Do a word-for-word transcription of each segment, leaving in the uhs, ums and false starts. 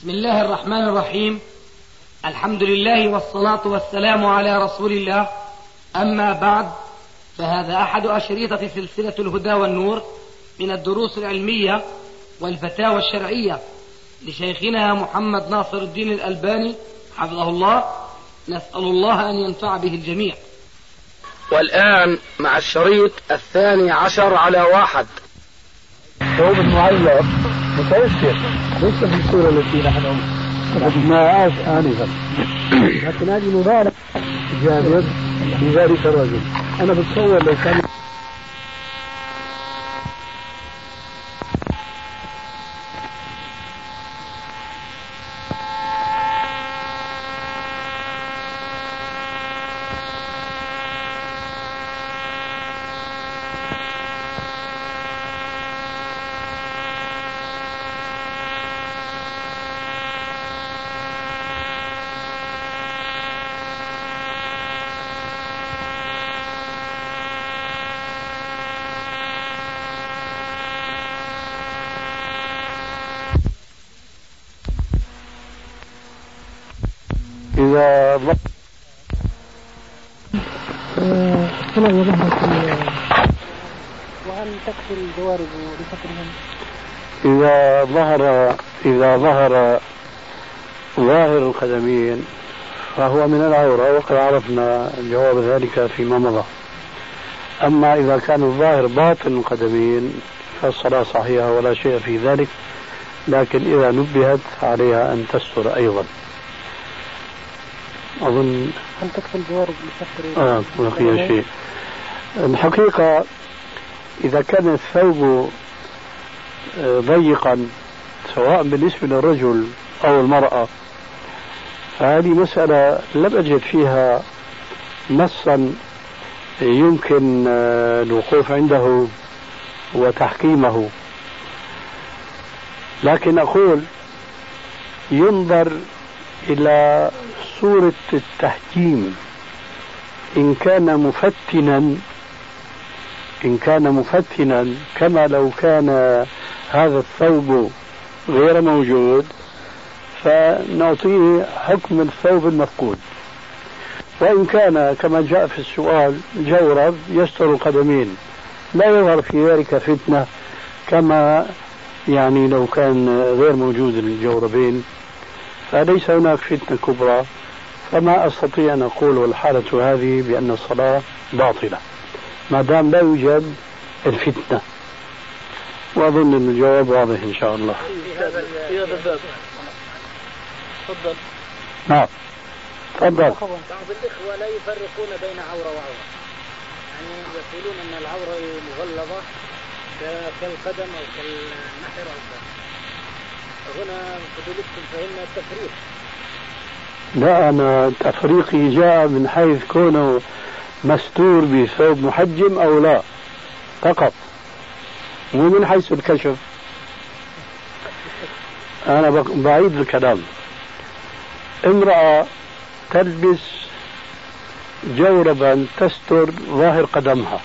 بسم الله الرحمن الرحيم. الحمد لله والصلاة والسلام على رسول الله. أما بعد، فهذا أحد أشريطة سلسلة الهدى والنور من الدروس العلمية والفتاوى الشرعية لشيخنا محمد ناصر الدين الألباني حفظه الله. نسأل الله أن ينفع به الجميع. والآن مع الشريط الثاني عشر على واحد. ثوب المعلق متيسر ليس في الصورة التي نحن رأيناها آنفا، لكن هذه مبالغة جابر في ذلك الرجل. أنا بتصور لو كان إذا طلع يظهر وأن تكفي الجوارب لفقرهم. إذا ظهر إذا ظهر ظاهر القدمين فهو من العورة، وقد عرفنا جواب ذلك فيما مضى. أما إذا كان الظاهر باطن القدمين فالصلاة صحيحة ولا شيء في ذلك، لكن إذا نبهت عليها أن تستر أيضا. أظن هل تكفي الجوارب لفقر آه بقي شيء. الحقيقة إذا كان الثوب ضيقا سواء بالنسبة للرجل أو المرأة، فهذه مسألة لم أجد فيها نصا يمكن الوقوف عنده وتحكيمه، لكن أقول ينظر إلى صورة التحجيم. إن كان مفتنا إن كان مفتنا كما لو كان هذا الثوب غير موجود فنعطيه حكم الثوب المفقود. وإن كان كما جاء في السؤال جورب يستر القدمين لا يظهر في ذلك فتنة كما يعني لو كان غير موجود الجوربين، فليس هناك فتنة كبرى. فما أستطيع أن أقول والحالة هذه بأن الصلاة باطلة ما دام لا يوجد الفتنة. وأظن أن الجواب واضح إن شاء الله. تفضل. نعم تفضل. بعض الإخوة لا يفرقون بين عورة وعورة، يعني يقولون أن العورة مغلظة كالقدم أو كالنحر أو كذا. هنا فضيلتكم فهمنا التفريق. لا، أنا تفريقي جاء من حيث كونه مستور بثوب محجم أو لا فقط، مو من حيث الكشف. أنا بعيد الكلام. امرأة تلبس جوربا تستر ظاهر قدمها،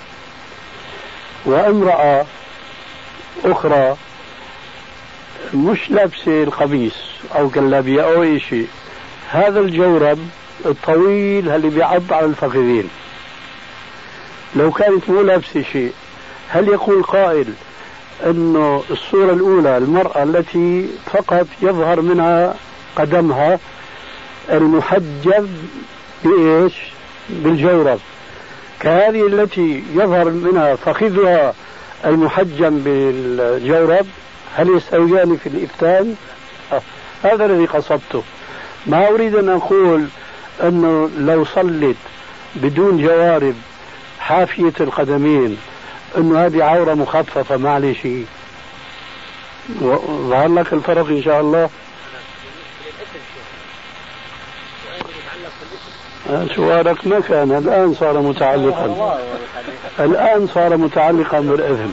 وامرأة أخرى مش لابسة القميص أو جلابية أو أي شيء، هذا الجورب الطويل اللي بيعض على الفخذين، لو كانت مو لابسة شيء، هل يقول قائل أنه الصورة الأولى المرأة التي فقط يظهر منها قدمها المحجب بإيش؟ بالجورب، كهذه التي يظهر منها فخذها المحجم بالجورب، هل يستويان في الإفتان؟ آه. هذا الذي قصدته. ما أريد أن أقول أنه لو صلت بدون جوارب حافية القدمين أنه هذه عورة مخففة ما عليه شيء. ظهر لك الفرق إن شاء الله. سؤالك ما كان، الآن صار متعلقا الآن صار متعلقا بالإثم.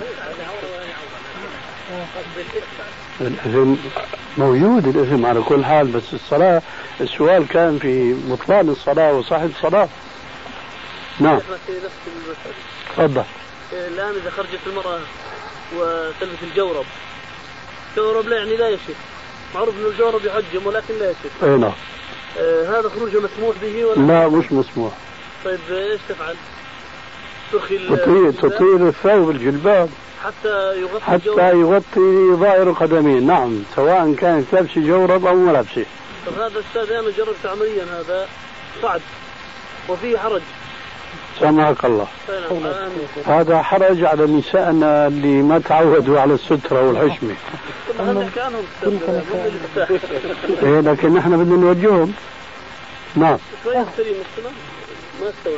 الإثم موجود، الإثم على كل حال، بس الصلاة السؤال كان في بطلان الصلاة وصحة الصلاة. نعم تفضل. الآن إذا خرجت المرأة وتلبس الجورب، الجورب لا يعني لا يا شيخ، معروف أن الجورب يحجم ولكن لا يشف. أي نعم. آه هذا خروجه مسموح به ولا؟ لا مش مسموح. طيب إيش تفعل؟ تطير تطير الثوب الجلباب حتى يغطي حتى يغطي ظاهر القدمين. نعم سواء كانت لابسه جورب أو ملابسه. طب هذا أستاذ أنا جربت عمليا هذا صعب وفيه حرج. سامحك الله. هذا حرج على نسائنا اللي ما تعودوا على السترة والحشمة. إيه لكن نحن بدنا نوجههم. نعم. شوية سليم السلام ما استوى.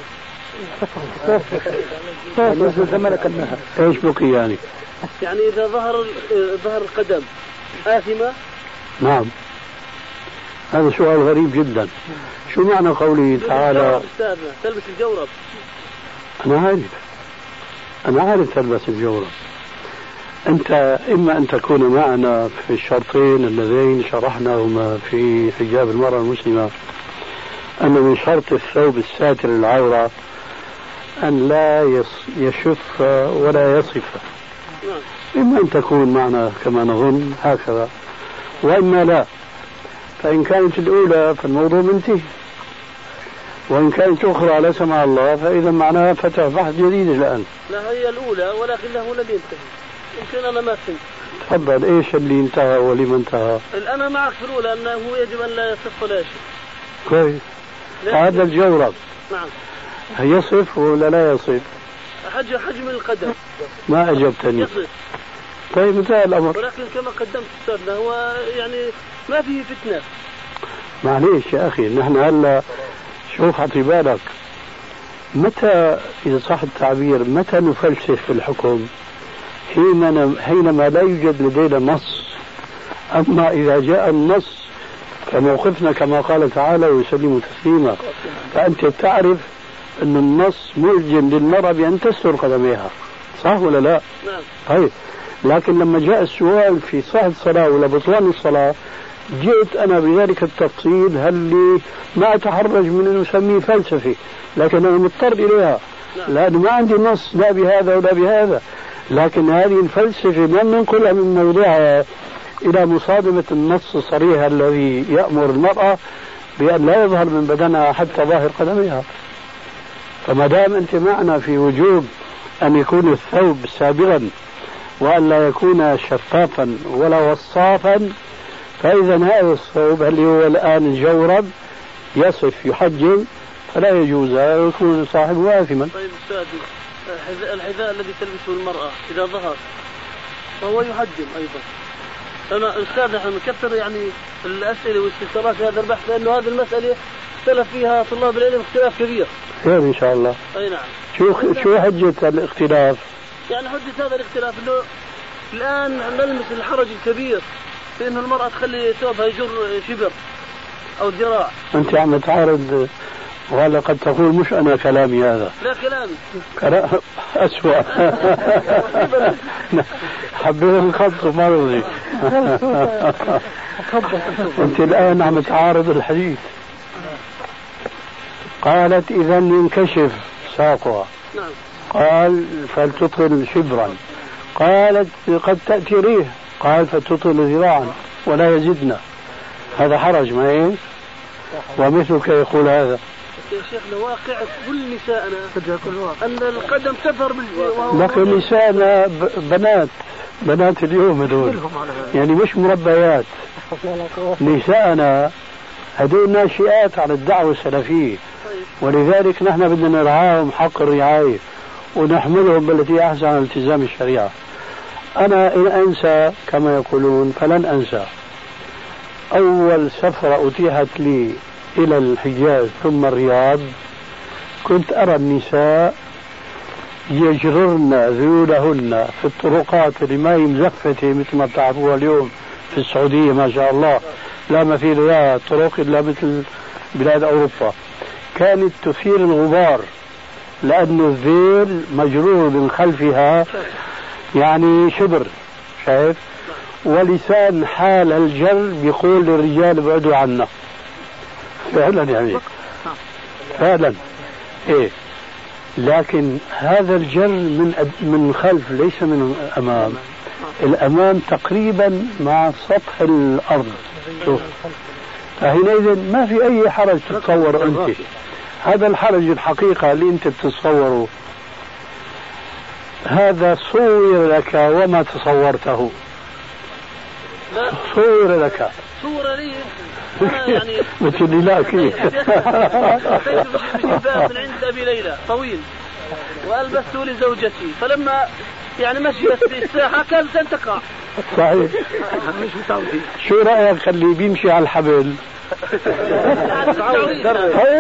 ايش بقي يعني؟ يعني إذا ظهر ظهر القدم آثمة. نعم. هذا سؤال غريب جدا. شو معنى قوله تعالى تلبس الجورب؟ أنا عارف أنا عارف تلبس الجورب. أنت إما أن تكون معنا في الشرطين اللذين شرحناهما في حجاب المرأة المسلمة أن من شرط الثوب الساتر العورة أن لا يشف ولا يصف. إما أن تكون معنا كما نظن هكذا وإما لا. فإن كانت الأولى فالموضوع منتهي وإن كانت أخرى لا سمع الله فإذا معناها فتح بحث جديد الآن. لا هي الأولى ولكنه لم ينتهي. يمكن أنا ما فهمت. تفضل إيش اللي انتهى ولما انتهى؟ أنا معك في الأولى أنه يجب أن لا يصف ولا يشف. كويس. هذا الجورب. نعم. يصف ولا لا يصف؟ حجم حجم القدم. ما أجبتني. يصف. طيب انتهى الأمر. ولكن كما قدمت أستاذنا هو يعني ما فيه فتنة. معليش يا أخي نحن هلا شوف حطي بالك متى إذا صح التعبير متى نفلسف في الحكم؟ حينما حينما لا يوجد لدينا نص. أما إذا جاء النص كموقفنا كما قال تعالى ويسلم تسليما فأنت تعرف أن النص ملزم للمرأة بأن تستر قدميها صح ولا لا؟ نعم. طيب لكن لما جاء السؤال في صحة الصلاة ولا بطلان الصلاة جئت أنا بذلك التفصيل هل لي ما أتحرج من أن أسميه فلسفي لكن أنا مضطر إليها. نعم. لأنه ما عندي نص لا بهذا ولا بهذا لكن هذه الفلسفة لم ننقلها من موضوعها إلى مصادمة النص الصريح الذي يأمر المرأة بأن لا يظهر من بدنها حتى ظاهر قدمها. فما دام أنت معنا في وجوب أن يكون الثوب سابغا وأن لا يكون شفافا ولا وصافا فإذا هذا الثوب اللي هو الآن الجورب يصف يحجم فلا يجوز يكون صاحبه آثما. طيب أستاذي الحذاء الذي تلبسه المرأة إذا ظهر فهو يحجم أيضا. أنا أستاذ احنا نكثر يعني الأسئلة والاستفسارات في هذا البحث لأنه هذه المسألة اختلف فيها طلاب العلم اختلاف كبير. خير إن شاء الله. أي نعم. شو شو حجة الاختلاف؟ يعني حجة هذا الاختلاف إنه الآن نلمس الحرج الكبير في إنه المرأة تخلي ثوبها يجر شبر أو ذراع. أنت عم تعارض وهذا قد تقول مش أنا كلامي هذا. لا كلامي. كلام أسوأ. حبيت الخط ما رضي. أنت الآن عم تعارض الحديث. قالت إذا ينكشف ساقها. نعم. قال فلتطل شبرا. قالت قد تأتي ريح. قال فتطل ذراعا ولا يزدنا. هذا حرج ما إيه؟ ومثلك يقول هذا. يا شيخنا واقع كل نسائنا أن القدم تظهر بالجيوب. لكن نسائنا بنات بنات اليوم هذول يعني مش مربيات. نسائنا هذول ناشئات على الدعوة السلفية ولذلك نحن بدنا نرعاهم حق الرعاية ونحملهم بالتي أحسن على التزام الشريعة. أنا إن أنسى كما يقولون فلن أنسى أول سفرة أتيحت لي إلى الحجاز ثم الرياض كنت أرى النساء يجررن ذيولهن في الطرقات اللي ما هي مزفتة مثل ما بتعرفوها اليوم في السعودية ما شاء الله لا مثيل لها طرق إلا مثل بلاد أوروبا. كانت تثير الغبار لأن الذيل مجرور من خلفها يعني شبر شايف ولسان حال الجر بيقول للرجال ابعدوا عنا فعلا يعني فعلا ايه. لكن هذا الجر من من خلف ليس من امام الأمام تقريبا مع سطح الأرض. شوف فحينئذ ما في أي حرج تتصور أنت. هذا الحرج الحقيقة اللي أنت بتتصوره هذا صور لك وما تصورته. لا صور لك صورة لي أنا يعني مثل لا كيف جلباب من عند أبي ليلى طويل وألبسته لزوجتي، فلما يعني مشيت في الساحة كانت أن تقع. صحيح. شو رأيك خليه بيمشي على الحبل؟ طيب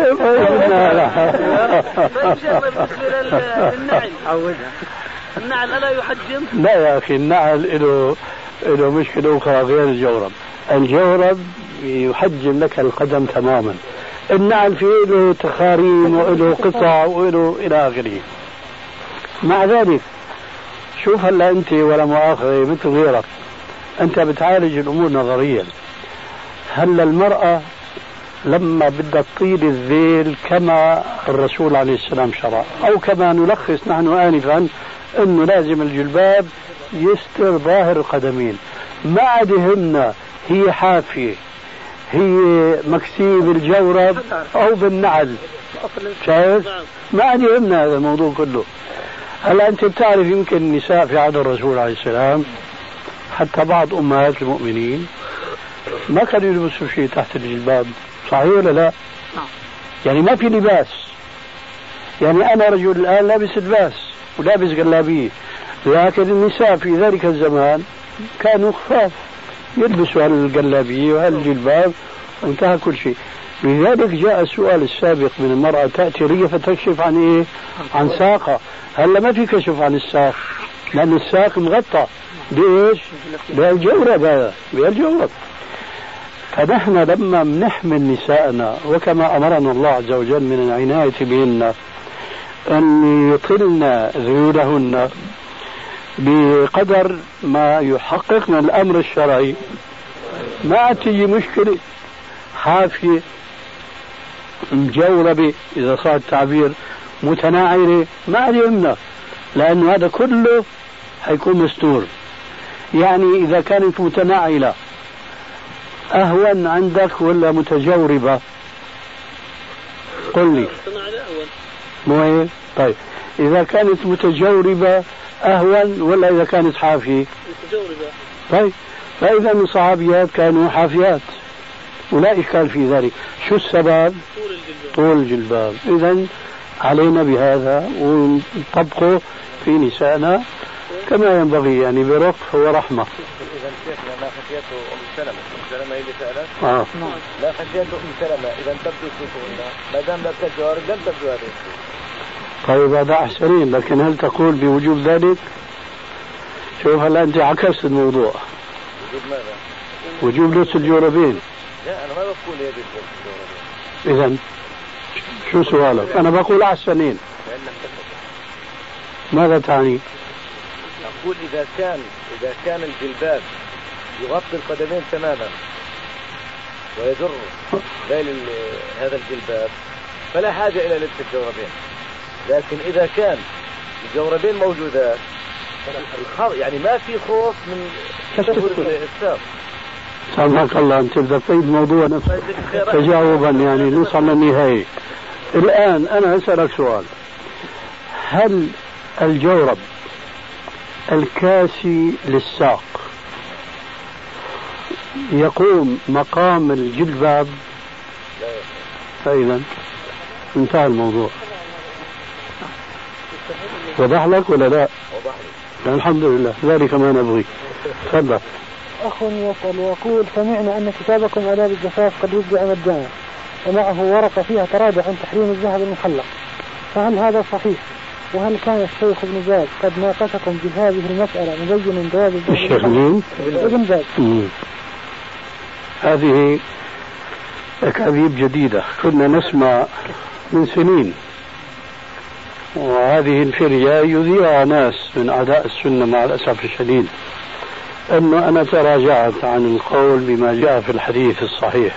بالنسبة للنعل النعل ألا يحجم؟ لا يا أخي النعل له له مشكلة أخرى غير الجورب. الجورب يحجم لك القدم تماما، النعل فيه له تخاريم وله قطع وله إلى آخره. مع ذلك شوف هلا أنت ولا مؤاخذة مثل غيرك أنت بتعالج الأمور نظريا. هلا المرأة لما بدها تطيل الذيل كما الرسول عليه السلام شرع أو كما نلخص نحن آنفا أنه لازم الجلباب يستر ظاهر القدمين، ما عاد يهمنا هي حافية هي مكسية بالجورب أو بالنعل، شايف؟ ما عاد يهمنا هذا الموضوع كله. هلا أنت بتعرف يمكن النساء في عهد الرسول عليه السلام حتى بعض أمهات المؤمنين ما كانوا يلبسوا شيء تحت الجلباب، صحيح ولا لا؟ يعني ما في لباس. يعني أنا رجل الآن لابس لباس ولابس جلابية، لكن النساء في ذلك الزمان كانوا خفاف يلبسوا هالجلابية وهالجلباب وانتهى كل شيء. لذلك جاء السؤال السابق من المرأة تأتي رية فتكشف عن إيه؟ عن ساقة. هلا ما في كشف عن الساق لأن الساق مغطى بإيش؟ بالجورب، هذا بالجورب. فنحن لما بنحمل نساءنا وكما أمرنا الله عز وجل من العناية بهن أن يطلن ذيولهن بقدر ما يحقق من الأمر الشرعي، ما تجي مشكلة حافية مجوربة إذا صار التعبير متناعرة ما علمنا، لأن هذا كله حيكون مستور. يعني إذا كانت متناعلة أهون عندك ولا متجوربة؟ قل لي. مو هيك؟ طيب إذا كانت متجوربة أهون ولا إذا كانت حافية؟ متجوربة. طيب فإذا الصحابيات كانوا حافيات ولا إشكال في ذلك. شو السبب؟ طول الجلباب. إذن علينا بهذا ونطبقه في نسائنا كما ينبغي، يعني برفق ورحمة. إذا شيخنا ما خشيته أم سلمة، أم سلمة هي اللي سألت؟ آه. لا خشيته أم سلمة إذا تبدو سكوننا ما دام لا تجوار لم تبدو هذه. طيب هذا أحسنين، لكن هل تقول بوجوب ذلك؟ شوف هلا أنت عكست الموضوع. وجوب ماذا؟ وجوب لبس الجوربين. لا أنا ما بقول هي لبس الجوربين. إذن شو سؤالك؟ أنا بقول أحسنين. ماذا تعني؟ أقول إذا كان إذا كان الجلباب يغطي القدمين تماما ويجر ذيل هذا الجلباب فلا حاجة إلى لبس الجوربين، لكن إذا كان الجوربين موجودات يعني ما في خوف من الساق. سامحك الله أنت بدك تعيد موضوع نفسه تجاوبا يعني نوصل للنهاية. الآن أنا أسألك سؤال، هل الجورب الكاسي للساق يقوم مقام الجلباب؟ فإذا انتهى الموضوع. وضح لك ولا لا؟ وضح لي. الحمد لله ذلك ما نبغي. تفضل. أخ يسأل ويقول سمعنا أن كتابكم آداب الزفاف قد وزع مجانا ومعه ورقة فيها تراجع عن تحريم الذهب المحلق، فهل هذا صحيح؟ وهل كان الشيخ ابن باز قد ناقشكم في هذه المسألة مبينا جواز الشيخ مين؟ ابن باز. هذه أكاذيب جديدة كنا نسمع من سنين، وهذه الفرية يذيعها ناس من أعداء السنة مع الأسف الشديد أنه أنا تراجعت عن القول بما جاء في الحديث الصحيح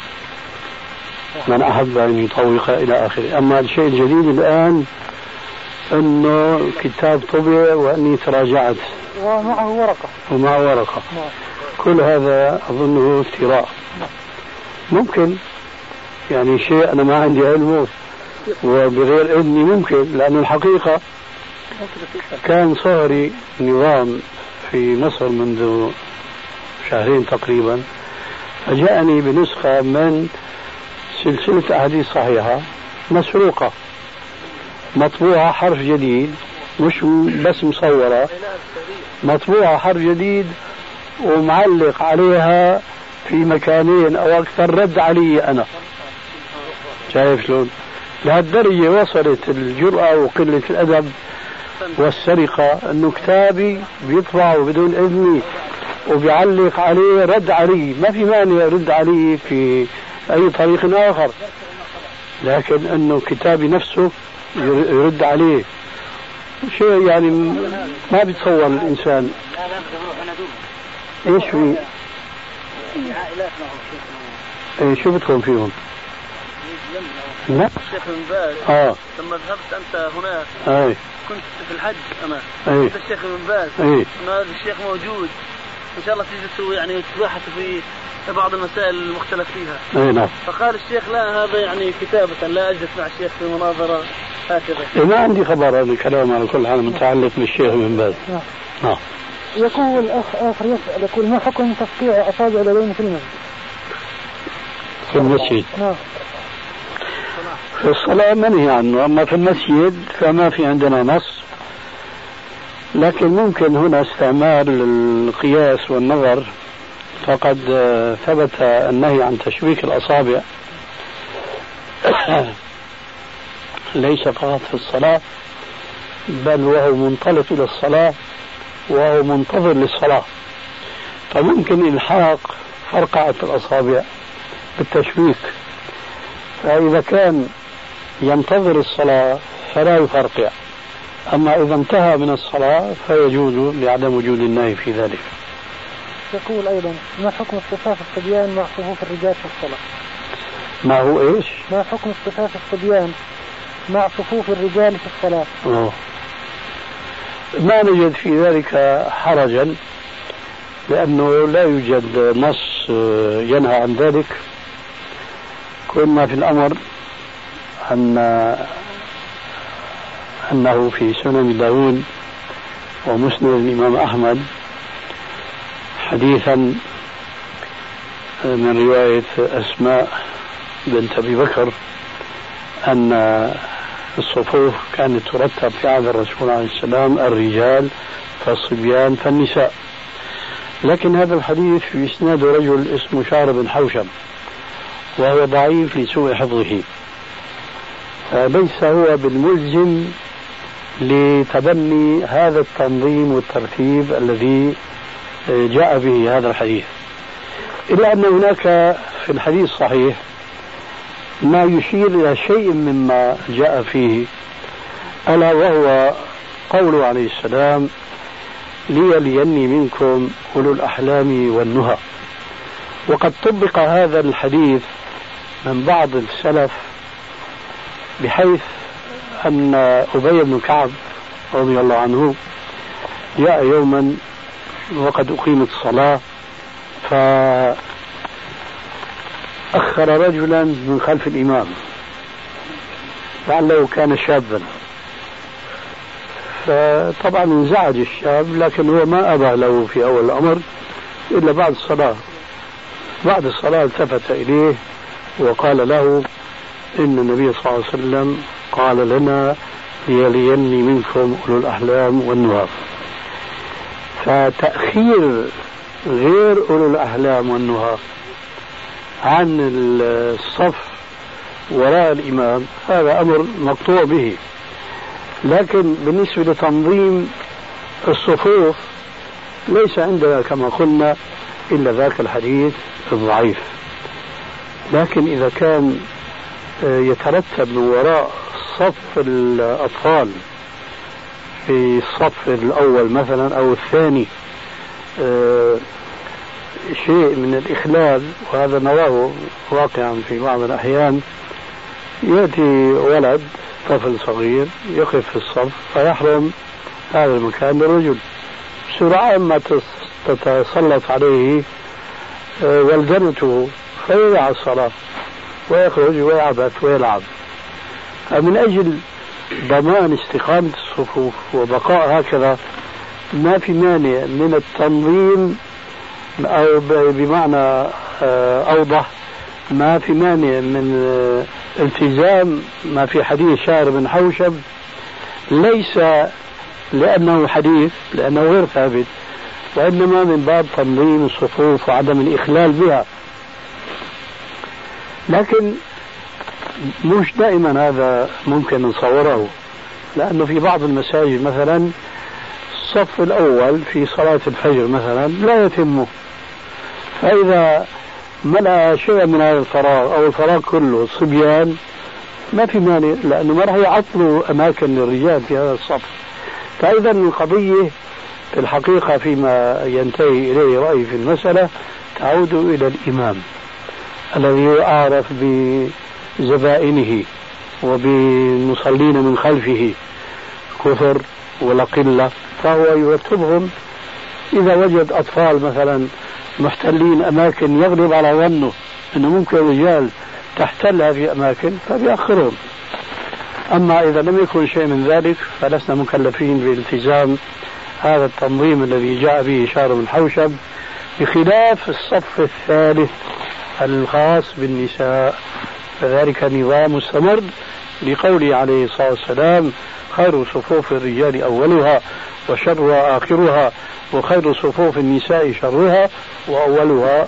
من أحب أن يطوق إلى آخره. أما الشيء الجديد الآن أنه كتاب طبع وأني تراجعت ومعه ورقة ومع ورقة نعم. كل هذا أظنه افتراء. ممكن يعني شيء أنا ما عندي علمه وبغير إذني ممكن، لأن الحقيقة كان صهري نظام في مصر منذ شهرين تقريبا، فجاءني بنسخة من سلسلة أحاديث صحيحة مسروقة مطبوعة حرف جديد، مش بس مصورة، مطبوعة حرف جديد ومعلق عليها في مكانين أو أكثر رد علي أنا. شايف شلون؟ لهالدرجة وصلت الجرأة وقلة الأدب والسرقة أنه كتابي بيطبع بدون إذني وبيعلق عليه رد علي. ما في مانع رد علي في أي طريق آخر، لكن أنه كتابي نفسه يرد عليه شيء يعني ما بيتصور الإنسان. إيش في إيه شو بدكم فيهم؟ لا الشيخ بن باز آه. لما ذهبت أنت هناك أي. كنت في الحج أنا أي. كنت الشيخ بن باز أي. هذا الشيخ موجود إن شاء الله تجلسوا يعني تباحثوا في بعض المسائل المختلف فيها. أي نعم. فقال الشيخ لا هذا يعني كتابة لا أجلس مع الشيخ في مناظرة هكذا. إيه ما عندي خبر هذا الكلام على كل حال متعلق بالشيخ بن باز. نعم. نعم. يقول الأخ آخر يسأل يقول ما حكم تقطيع أصابع اليدين في المسجد؟ في المسجد. نعم. في الصلاة منهي عنه، أما في المسجد فما في عندنا نص، لكن ممكن هنا استعمال القياس والنظر، فقد ثبت النهي عن تشبيك الأصابع ليس فقط في الصلاة بل وهو منطلق إلى الصلاة وهو منتظر للصلاة، فممكن إلحاق فرقعة الأصابع بالتشبيك، فإذا كان ينتظر الصلاة فلا يفرقع، أما إذا انتهى من الصلاة فيجوز لعدم وجود النهي في ذلك. يقول أيضا ما حكم اصطفاف الصبيان مع صفوف الرجال في الصلاة؟ ما هو إيش؟ ما حكم اصطفاف الصبيان مع صفوف الرجال في الصلاة؟ أوه. ما نجد في ذلك حرجا، لأنه لا يوجد نص ينهى عن ذلك. كل ما في الأمر أن أنه في سنن داود ومسند الإمام أحمد حديثا من رواية أسماء بنت أبي بكر أن الصفوف كانت ترتب في عهد الرسول عليه السلام الرجال فالصبيان فالنساء، لكن هذا الحديث في إسناد رجل اسمه شعر بن حوشب وهو ضعيف لسوء حفظه، فليس هو بالملزم لتبني هذا التنظيم والترتيب الذي جاء به هذا الحديث، إلا أن هناك في الحديث الصحيح ما يشير إلى شيء مما جاء فيه، ألا وهو قوله عليه السلام ليليني منكم أولو الأحلام والنهى. وقد طبق هذا الحديث من بعض السلف بحيث أن أبي بن كعب رضي الله عنه جاء يوما وقد أقيمت الصلاة فأخر رجلا من خلف الإمام لعله كان شابا، فطبعا انزعج الشاب، لكن هو ما أبى له في أول الأمر إلا بعد الصلاة. بعد الصلاة التفت إليه وقال له إن النبي صلى الله عليه وسلم قال لنا ليليني منكم أولو الأحلام والنهى. فتأخير غير أولو الأحلام والنهى عن الصف وراء الإمام هذا أمر مقطوع به، لكن بالنسبة لتنظيم الصفوف ليس عندنا كما قلنا إلا ذاك الحديث الضعيف. لكن إذا كان يترتب من وراء صف الأطفال في الصف الأول مثلا أو الثاني شيء من الإخلال، وهذا نراه واقعا في بعض الأحيان، يأتي ولد طفل صغير يقف في الصف فيحرم هذا المكان للرجل سرعان ما تتسلط عليه والجنته فيضيع الصلاة ويخرج ويعبث ويلعب. فمن أجل ضمان استقامة الصفوف وبقاء هكذا ما في مانع من التنظيم، أو بمعنى أوضح ما في مانع من التزام ما في حديث شعر بن حوشب، ليس لأنه حديث لأنه غير ثابت، وإنما من باب تنظيم الصفوف وعدم الإخلال بها. لكن مش دائما هذا ممكن نصوره، لأنه في بعض المساجد مثلا الصف الأول في صلاة الفجر مثلا لا يتمه، فإذا ملأ شيء من هذا الفراغ أو الفراغ كله صبيان ما في مانع، لأنه ما راح يعطلوا أماكن للرجال في هذا الصف. فإذا القضية في الحقيقة فيما ينتهي إليه رأيي في المسألة تعود إلى الإمام الذي أعرف بزبائنه وبالمصلين من خلفه كثر ولا قلة، فهو يرتبهم. إذا وجد أطفال مثلا محتلين أماكن يغلب على ظنه أنه ممكن الرجال تحتل هذه الأماكن فبيأخرهم. أما إذا لم يكن شيء من ذلك فلسنا مكلفين بالتزام هذا التنظيم الذي جاء به شعر بن حوشب، بخلاف الصف الثالث الخاص بالنساء، فذلك نظام مستمر لقوله عليه الصلاة والسلام: خير صفوف الرجال أولها وشرها آخرها، وخير صفوف النساء شرها وأولها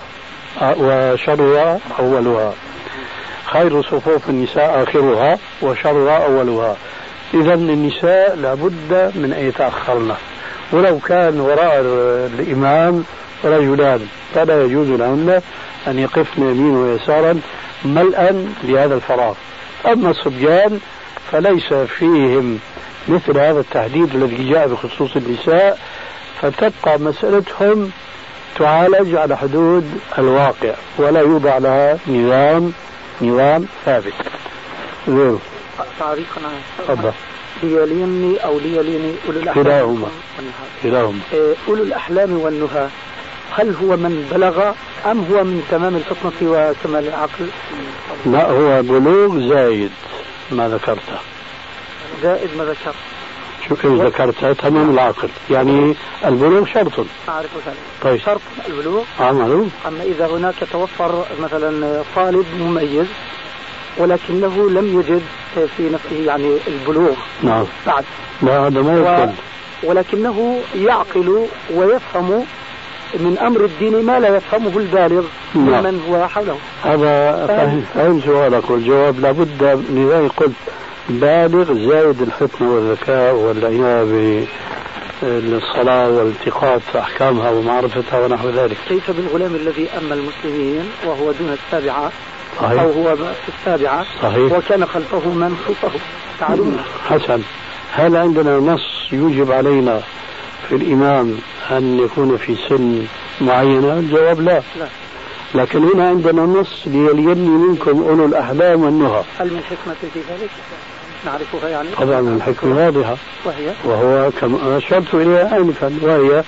وشرها أولها. خير صفوف النساء آخرها وشرها أولها. إذا النساء لابد من أن يتأخرن، ولو كان وراء الإمام رجلان فلا يجوز لهن أن يقفن يمين ويسارا ملءا لهذا الفراغ. أما الصبيان فليس فيهم مثل هذا التحديد الذي جاء بخصوص النساء، فتبقى مسألتهم تعالج على حدود الواقع ولا يوضع لها نظام نظام ثابت. غيره تعليقا تفضل. ليليني أو ليليني أولو الأحلام كلاهما كلاهما أولو الأحلام والنهى، هل هو من بلغ أم هو من تمام الفطنة وكمال العقل؟ لا، هو بلوغ زايد ما ذكرته. زائد ما ذكرت. شو كيف ذكرتها؟ تمام العقل، يعني البلوغ شرط. أعرف ذلك. طيب. شرط البلوغ. عمله. أما إذا هناك توفر مثلا طالب مميز ولكنه لم يجد في نفسه يعني البلوغ. نعم. بعد. لا، هذا ما يمكن. و... ولكنه يعقل ويفهم من أمر الدين ما لا يفهمه البالغ ممن هو حوله. هذا فهم, فهم سؤالك، والجواب لابد لذلك قلت بالغ زائد الفطنة والذكاء والعناية بالصلاة والالتقاط أحكامها ومعرفتها ونحو ذلك. كيف بالغلام الذي أما المسلمين وهو دون السابعة؟ صحيح. أو هو في السابعة. صحيح. وكان خلفه من خلفه تعلمون. حسن، هل عندنا نص يوجب علينا في الإمام أن يكون في سن معينة؟ الجواب لا. لا. لكن هنا عندنا نص: ليليني منكم أولو الأحلام والنهى. هل من حكمة في ذلك نعرفها يعني؟ طبعا الحكمة واضحة، وهي وهو كما أشرت إليها آنفا، وهي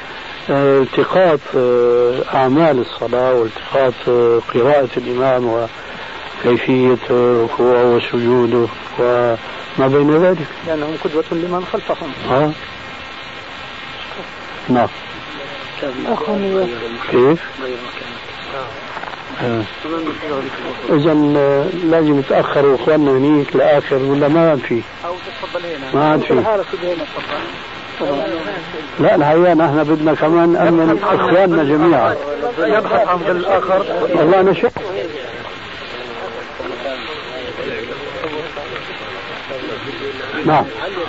التقاط أعمال الصلاة والتقاط قراءة الإمام وكيفية ركوعه وسجوده وما بين ذلك، لأنهم قدوة لمن خلفهم. ها؟ نعم. كيف؟ آه. إذا لازم يتأخروا إخواننا هنيك لآخر ولا ما عاد فيه؟ أو تفضل هنا. ما عاد فيه. لا، الحقيقة نحن بدنا كمان أمن إخواننا جميعا. يبحث عن الآخر. والله أنا شك. نعم.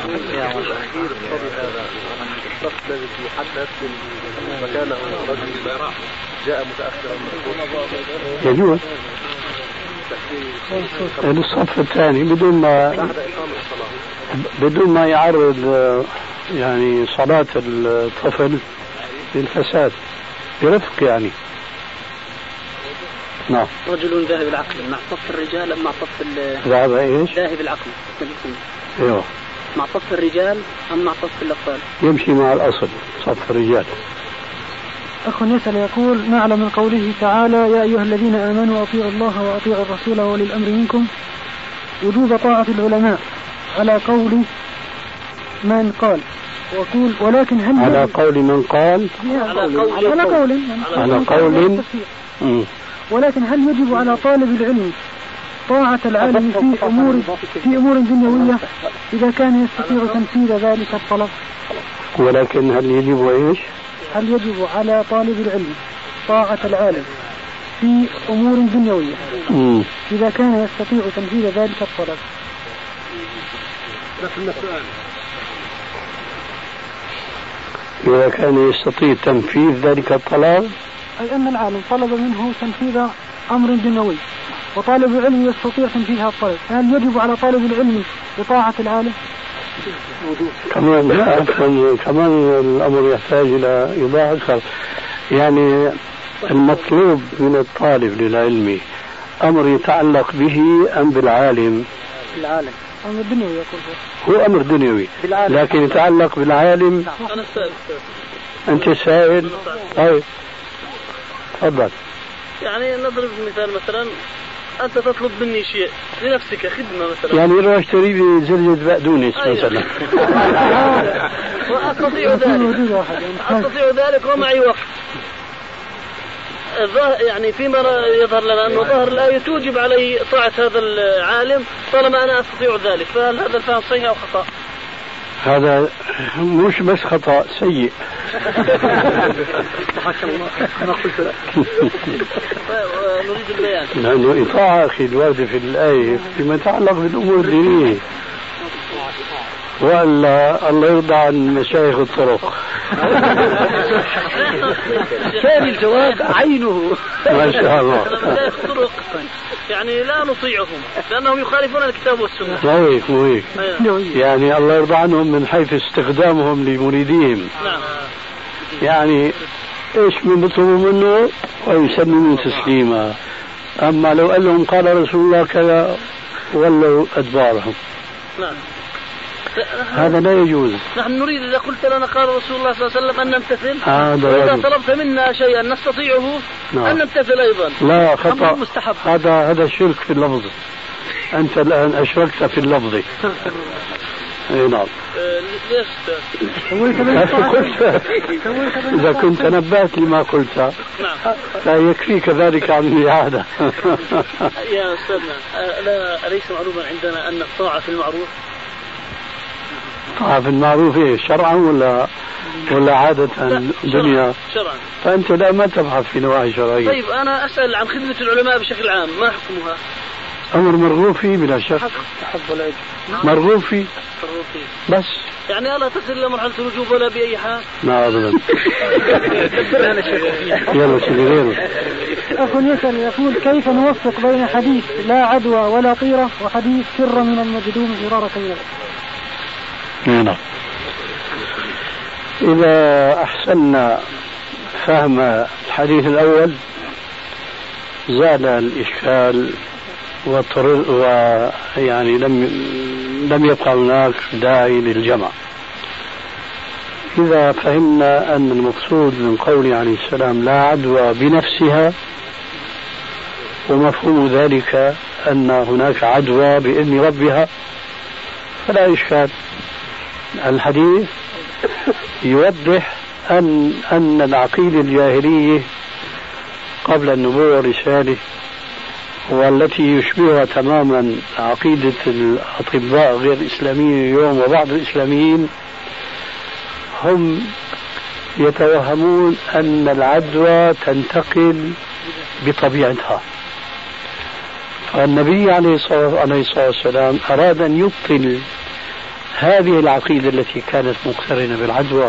الشخص الذي يحدث مكانه رجل جاء متأخرا يجوز الصف الثاني بدون ما بدون ما يعرض يعني صلاة الطفل للفساد برفق يعني. نعم. رجل ذاهب العقل مع صف الرجال أم مع صف ذاهب ايش؟ ذاهب العقل. ايوه. مع صف الرجال أم مع صف الأطفال؟ يمشي مع الأصل صف الرجال. أخ يسأل يقول: نعلم من قوله تعالى: يا أيها الذين آمنوا أطيعوا الله وأطيعوا الرسول وأولي الأمر منكم، وجوب طاعة العلماء على قول من قال، وقول ولكن هل على قول من قال على قول على قول, على قول ولكن هل يجب على طالب العلم طاعة العالم في أمور في أمور دنيوية إذا كان يستطيع تنفيذ ذلك الطلب؟ ولكن هل يجب إيش؟ هل يجب على طالب العلم طاعة العالم في أمور دنيوية مم. إذا كان يستطيع تنفيذ ذلك الطلب؟ إذا كان يستطيع تنفيذ ذلك الطلب، أي أن العالم طلب منه تنفيذ أمر دنيوي وطالب العلم يستطيع تنفيذ هذا الطلب، هل يجب على طالب العلم بطاعة العالم؟ كمان كمان الأمر يحتاج إلى إيضاح أكثر. يعني المطلوب من الطالب للعلم أمر يتعلق به أم بالعالم؟ بالعالم. أمر دنيوي يقول هو أمر دنيوي بالعالم. لكن يتعلق بالعالم. أنا السائل. أنت سائل؟ طيب تفضل. يعني نضرب مثال، مثلا أنت تطلب مني شيء لنفسك خدمة مثلا، يعني روح اشتري لي زرجة بقدونس مثلا. وأستطيع ذلك أستطيع ذلك ومعي وقت. يعني فيما يظهر لنا أنه ظهر الآية توجب علي طاعة هذا العالم طالما أنا أستطيع ذلك، فهل هذا الفهم صحيح أو خطأ؟ هذا مش بس خطأ سيء. نريد البيان. لأنه إطاعة أخي الواردة في الآية فيما يتعلق بالأمور الدينية، وألا الله يرضى عن مشايخ الطرق. كان الجواب عينه. ما شاء الله. مشايخ الطرق يعني لا نطيعهم لأنهم يخالفون الكتاب والسنة. مو هيك مو هيك. يعني الله يرضى عنهم من حيث استخدامهم لمريديهم. نعم. يعني ايش من بيطلبوا منه ويسلمون تسليما، اما لو قال لهم قال رسول الله كذا ولوا ادبارهم. نعم. هذا لا يجوز. نحن نريد إذا قلت لنا قال رسول الله صلى الله عليه وسلم أن نمتثل، وإذا طلبت منا شيئا نستطيعه نعم. أن نمتثل أيضا. لا خطأ، هذا هذا شرك في اللفظ. أنت الآن أشركت في اللفظ. اي نعم. ليش؟ إذا كنت نبهت لما قلت نعم. لا يكفيك ذلك عن الإعادة. يا أستاذنا لا أليس معلوما عندنا أن الطاعة في المعروف؟ طاعة في المعروف إيه شرعا ولا ولا عادة دنيا؟ شرعا. فأنت لا ما تبحث في نواحي شرعية. طيب أنا أسأل عن خدمة العلماء بشكل عام، ما حكمها؟ أمر مرغوب فيه بلا شك. مرغوب فيه بس يعني لا تصل إلى مرحلة الوجوب ولا بأي حال. لا أبدا. يلا سيدي غيره. أخ يسأل يقول: كيف نوفق بين حديث لا عدوى ولا طيرة وحديث فر من المجذوم فرارة من نعم. إذا أحسننا فهم الحديث الأول زال الإشكال وطر... ويعني لم لم يبقى هناك داعي للجمع. إذا فهمنا أن المقصود من قوله عليه السلام لا عدوى بنفسها، ومفهوم ذلك أن هناك عدوى بإذن ربها، فلا إشكال. الحديث يوضح أن أن العقيدة الجاهلية قبل النبوة والرسالة، والتي يشبهها تماما عقيدة الأطباء غير الإسلاميين اليوم وبعض الإسلاميين، هم يتوهمون أن العدوى تنتقل بطبيعتها. فالنبي عليه الصلاة والسلام أراد أن يبطل هذه العقيدة التي كانت مقترنة بالعدوى،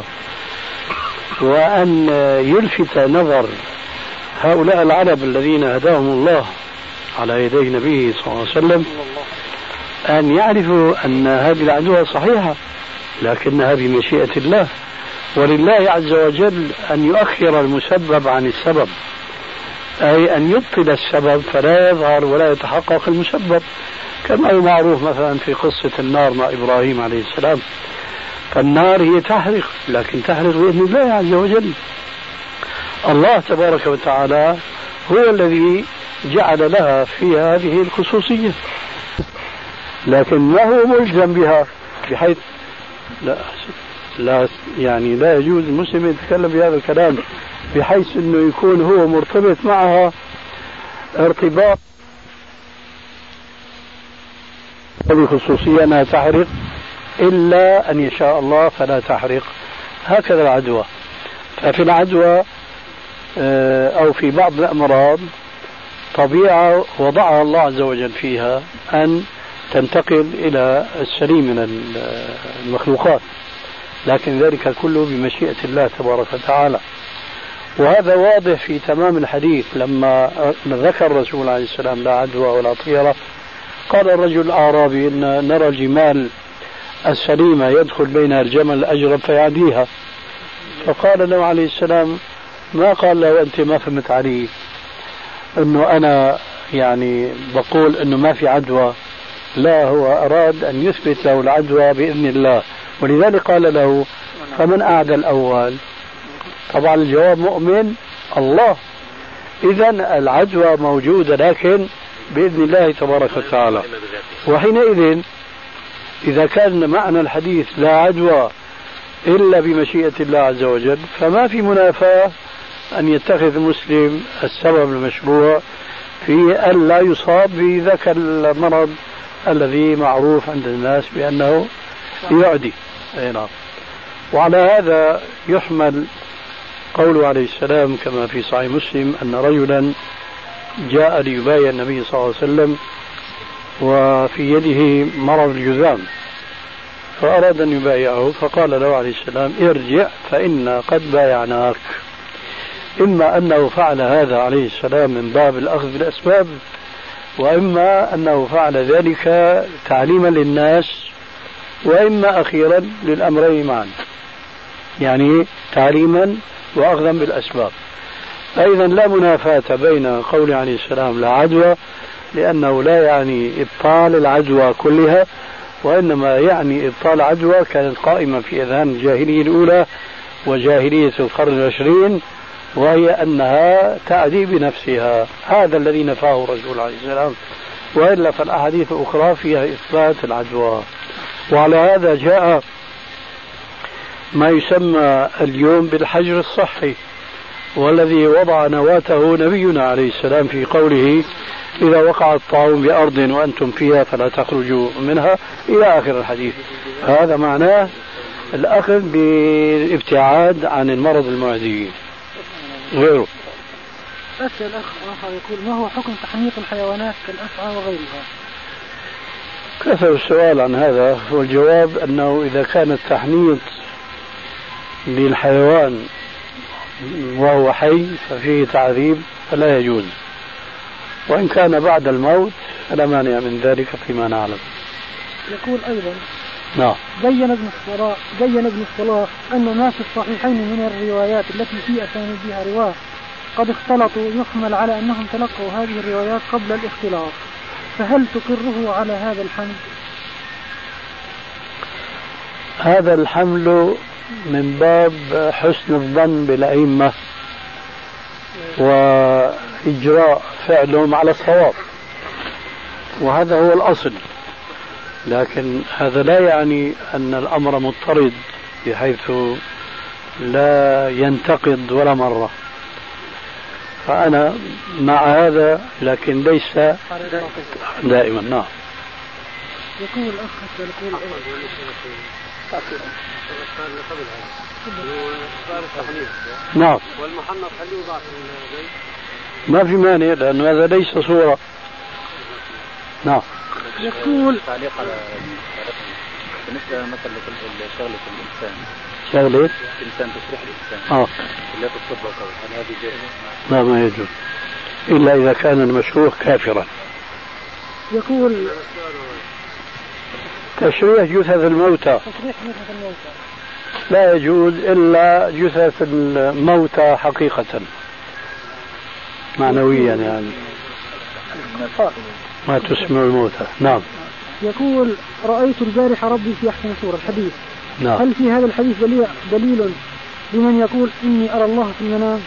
وأن يلفت نظر هؤلاء العرب الذين هداهم الله على يدي نبيه صلى الله عليه وسلم أن يعرفوا أن هذه العدوى صحيحة لكنها بمشيئة الله، ولله عز وجل أن يؤخر المسبب عن السبب، أي أن يبطل السبب فلا يظهر ولا يتحقق المسبب. كما هو معروف مثلا في قصة النار مع إبراهيم عليه السلام، فالنار هي تحرق، لكن تحرق بإذن الله عز وجل. الله تبارك وتعالى هو الذي جعل لها في هذه الخصوصية، لكن ما هو ملزم بها بحيث لا لا يعني لا يجوز المسلم يتكلم بهذا الكلام بحيث انه يكون هو مرتبط معها ارتباط هذه خصوصية انها تحرق، الا ان يشاء الله فلا تحرق. هكذا العدوى. ففي العدوى او في بعض الامراض طبيعة وضعها الله عز وجل فيها ان تنتقل الى السليم من المخلوقات، لكن ذلك كله بمشيئة الله تبارك وتعالى. وهذا واضح في تمام الحديث لما ذكر الرسول عليه السلام لا عدوى ولا طيرة. قال الرجل الأعرابي إن نرى الجمال السليمة يدخل بينها الجمل الأجرب فيعديها، فقال له عليه السلام ما قال له أنت ما فهمت علي أنه أنا يعني بقول أنه ما في عدوى، لا، هو أراد أن يثبت له العدوى بإذن الله، ولذلك قال له فمن أعدى الأول؟ طبعا الجواب مؤمن الله. إذن العدوى موجودة لكن بإذن الله تبارك وتعالى. وحينئذ إذا كان معنى الحديث لا عدوى إلا بمشيئة الله عز وجل، فما في منافاة أن يتخذ المسلم السبب المشروع في أن لا يصاب بذاك المرض الذي معروف عند الناس بأنه يعدي. نعم. وعلى هذا يحمل قوله عليه السلام كما في صحيح مسلم أن رجلا جاء ليبايع النبي صلى الله عليه وسلم وفي يده مرض الجذام، فأراد أن يبايعه، فقال له عليه السلام ارجع فإنا قد بايعناك. إما أنه فعل هذا عليه السلام من باب الأخذ بالأسباب، وإما أنه فعل ذلك تعليما للناس، وإما أخيرا للأمرين معا، يعني تعليما وأخذا بالأسباب. فإذا لا منافاة بين قول عليه السلام لا عدوى، لأنه لا يعني إبطال العدوى كلها، وإنما يعني إبطال عدوى كانت قائمة في أذهان الجاهلية الأولى وجاهلية القرن العشرين، وهي أنها تعدي بنفسها. هذا الذي نفاه الرسول عليه السلام، وإلا فالأحاديث الأخرى فيها إثبات العدوى. وعلى هذا جاء ما يسمى اليوم بالحجر الصحي، والذي وضع نواته نبينا عليه السلام في قوله إذا وقع الطاعون بأرض وأنتم فيها فلا تخرجوا منها إلى آخر الحديث. هذا معناه الأخذ بالابتعاد عن المرض المعدي غيره. أسأل أخ آخر يقول ما هو حكم تحنيط الحيوانات كالأفعى وغيرها؟ كثر السؤال عن هذا، والجواب أنه إذا كان التحنيط للحيوان وهو حي ففيه تعذيب فلا يجوز، وإن كان بعد الموت فلا مانع من ذلك فيما نعلم. يقول أيضا نعم بين ابن الصلاح بين ابن الصلاح أن ما في الصحيحين من الروايات التي في أسانيدها رواه قد اختلطوا يحمل على أنهم تلقوا هذه الروايات قبل الاختلاط، فهل تقره على هذا الحمل؟ هذا الحمل من باب حسن الظن بالأئمة وإجراء فعلهم على الصواب، وهذا هو الأصل، لكن هذا لا يعني أن الأمر مضطرد بحيث لا ينتقد ولا مرة. فأنا مع هذا لكن ليس دائما. نعم. يقول الأخ يقول نعم والمحنط هل يوضع في البيت؟ ما في مانع لأن هذا ليس صورة. نعم. يقول تعليق على بالنسبة مثلا لشغلة الإنسان شغلة الإنسان تشريح الإنسان آه لا تصدق وقول هل هذه جائزة؟ لا ما يجوز إلا إذا كان المشروع كافرا. يقول تشريح جثث الموتى تشريح جثث الموتى لا يجوز إلا جثث الموتى حقيقة معنويا يعني. ما تسمع الموتى. نعم. يقول رأيت البارح ربي في أحسن صورة الحديث. نعم. هل في هذا الحديث دليل, دليل لمن يقول إني أرى الله في المنام؟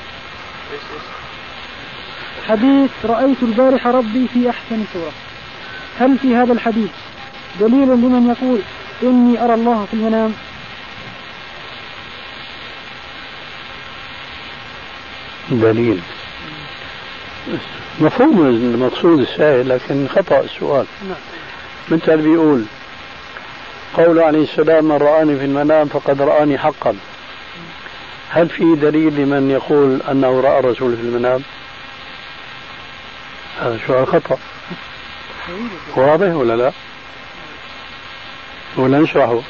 حديث رأيت البارح ربي في أحسن صورة، هل في هذا الحديث دليل لمن يقول إني أرى الله في المنام؟ دليل مفهوم المقصود السائل، لكن خطأ السؤال. مثل بيقول قول عليه السلام من رآني في المنام فقد رآني حقا، هل في دليل لمن يقول أنه رأى الرسول في المنام؟ هذا سؤال خطأ. واضح ولا لا؟ ولا نشرحه؟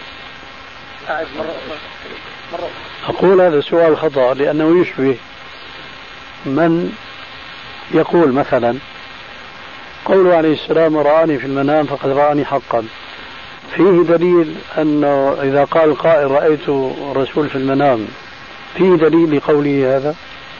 أقول هذا سؤال خطأ لأنه يشبه من يقول مثلا قوله عليه السلام رآني في المنام فقد رآني حقا، فيه دليل أنه إذا قال قائل رأيت الرسول في المنام فيه دليل لقوله هذا؟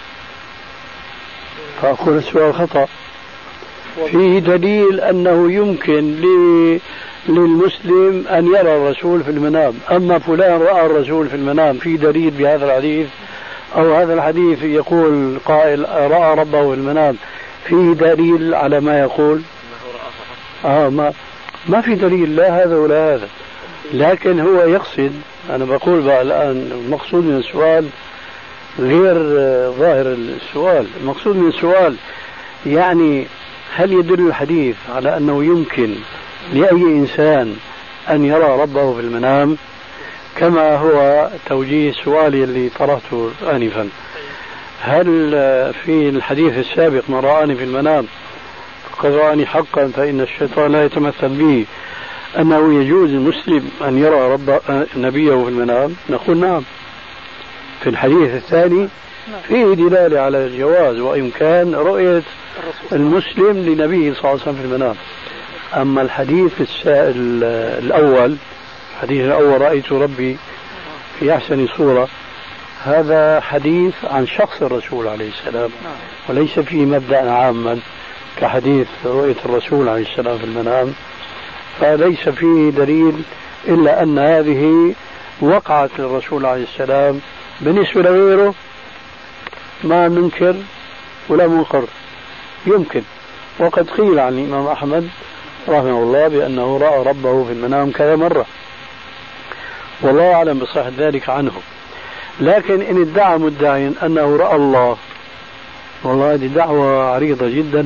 فأقول السؤال خطأ. فيه دليل أنه يمكن للمسلم أن يرى الرسول في المنام، أما فلان رأى الرسول في المنام فيه دليل بهذا الحديث؟ أو هذا الحديث يقول قائل رأى ربه في المنام فيه دليل على ما يقول؟ آه ما ما في دليل لا هذا ولا هذا، لكن هو يقصد، أنا بقول بقى الآن المقصود من السؤال غير ظاهر السؤال. المقصود من السؤال يعني هل يدل الحديث على أنه يمكن لأي إنسان أن يرى ربه في المنام، كما هو توجيه سؤالي اللي طرحته آنفا؟ هل في الحديث السابق من رآني في المنام فقد رآني حقا فإن الشيطان لا يتمثل به أنه يجوز المسلم أن يرى رب نبيه في المنام؟ نقول نعم. في الحديث الثاني فيه دلالة على الجواز وإمكان رؤية المسلم لنبيه صلى الله عليه وسلم في المنام. أما الحديث الأول الحديث الأول رأيت ربي في أحسن صورة، هذا حديث عن شخص الرسول عليه السلام وليس فيه مبدأ عاما كحديث رؤية الرسول عليه السلام في المنام، فليس فيه دليل إلا أن هذه وقعت للرسول عليه السلام. بالنسبة لغيره ما ننكر ولا منقر، يمكن. وقد قيل عن الإمام أحمد رحمه الله بأنه رأى ربه في المنام كذا مرة، والله أعلم بصحة ذلك عنه. لكن إن ادعى مدعي أنه رأى الله، والله هذه دعوة عريضة جدا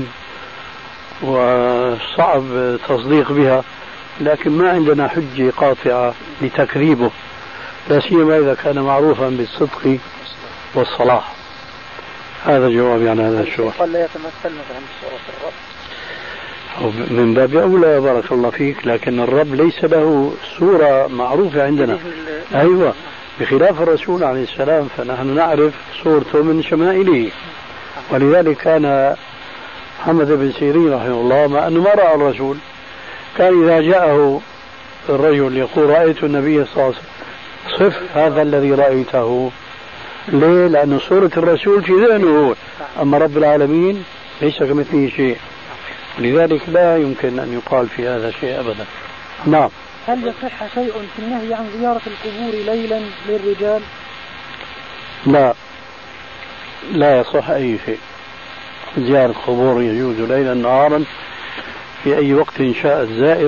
وصعب تصديق بها، لكن ما عندنا حجة قاطعة لتكذيبه، لا سيما إذا كان معروفا بالصدق والصلاح. هذا جوابي عن هذا السؤال. قال لا يتمثل مثلا بصورة الرب من باب أولى بارك الله فيك، لكن الرب ليس له صورة معروفة عندنا. أيوة، بخلاف الرسول عليه السلام فنحن نعرف صورته من شمائله، ولذلك كان محمد بن سيرين رحمه الله مع أنه ما رأى الرسول كان إذا جاءه الرجل يقول رأيت النبي صلى الله عليه وسلم صف هذا الذي رأيته. ليه؟ لأن صورة الرسول في ذهنه، أما رب العالمين ليس كمثله شيء، لذلك لا يمكن أن يقال في هذا شيء أبدا. نعم. هل يصح شيء في النهي عن زيارة القبور ليلا للرجال؟ لا، لا يصح أي شيء. زيارة القبور يجوز ليلا نهارا في أي وقت شاء الزائر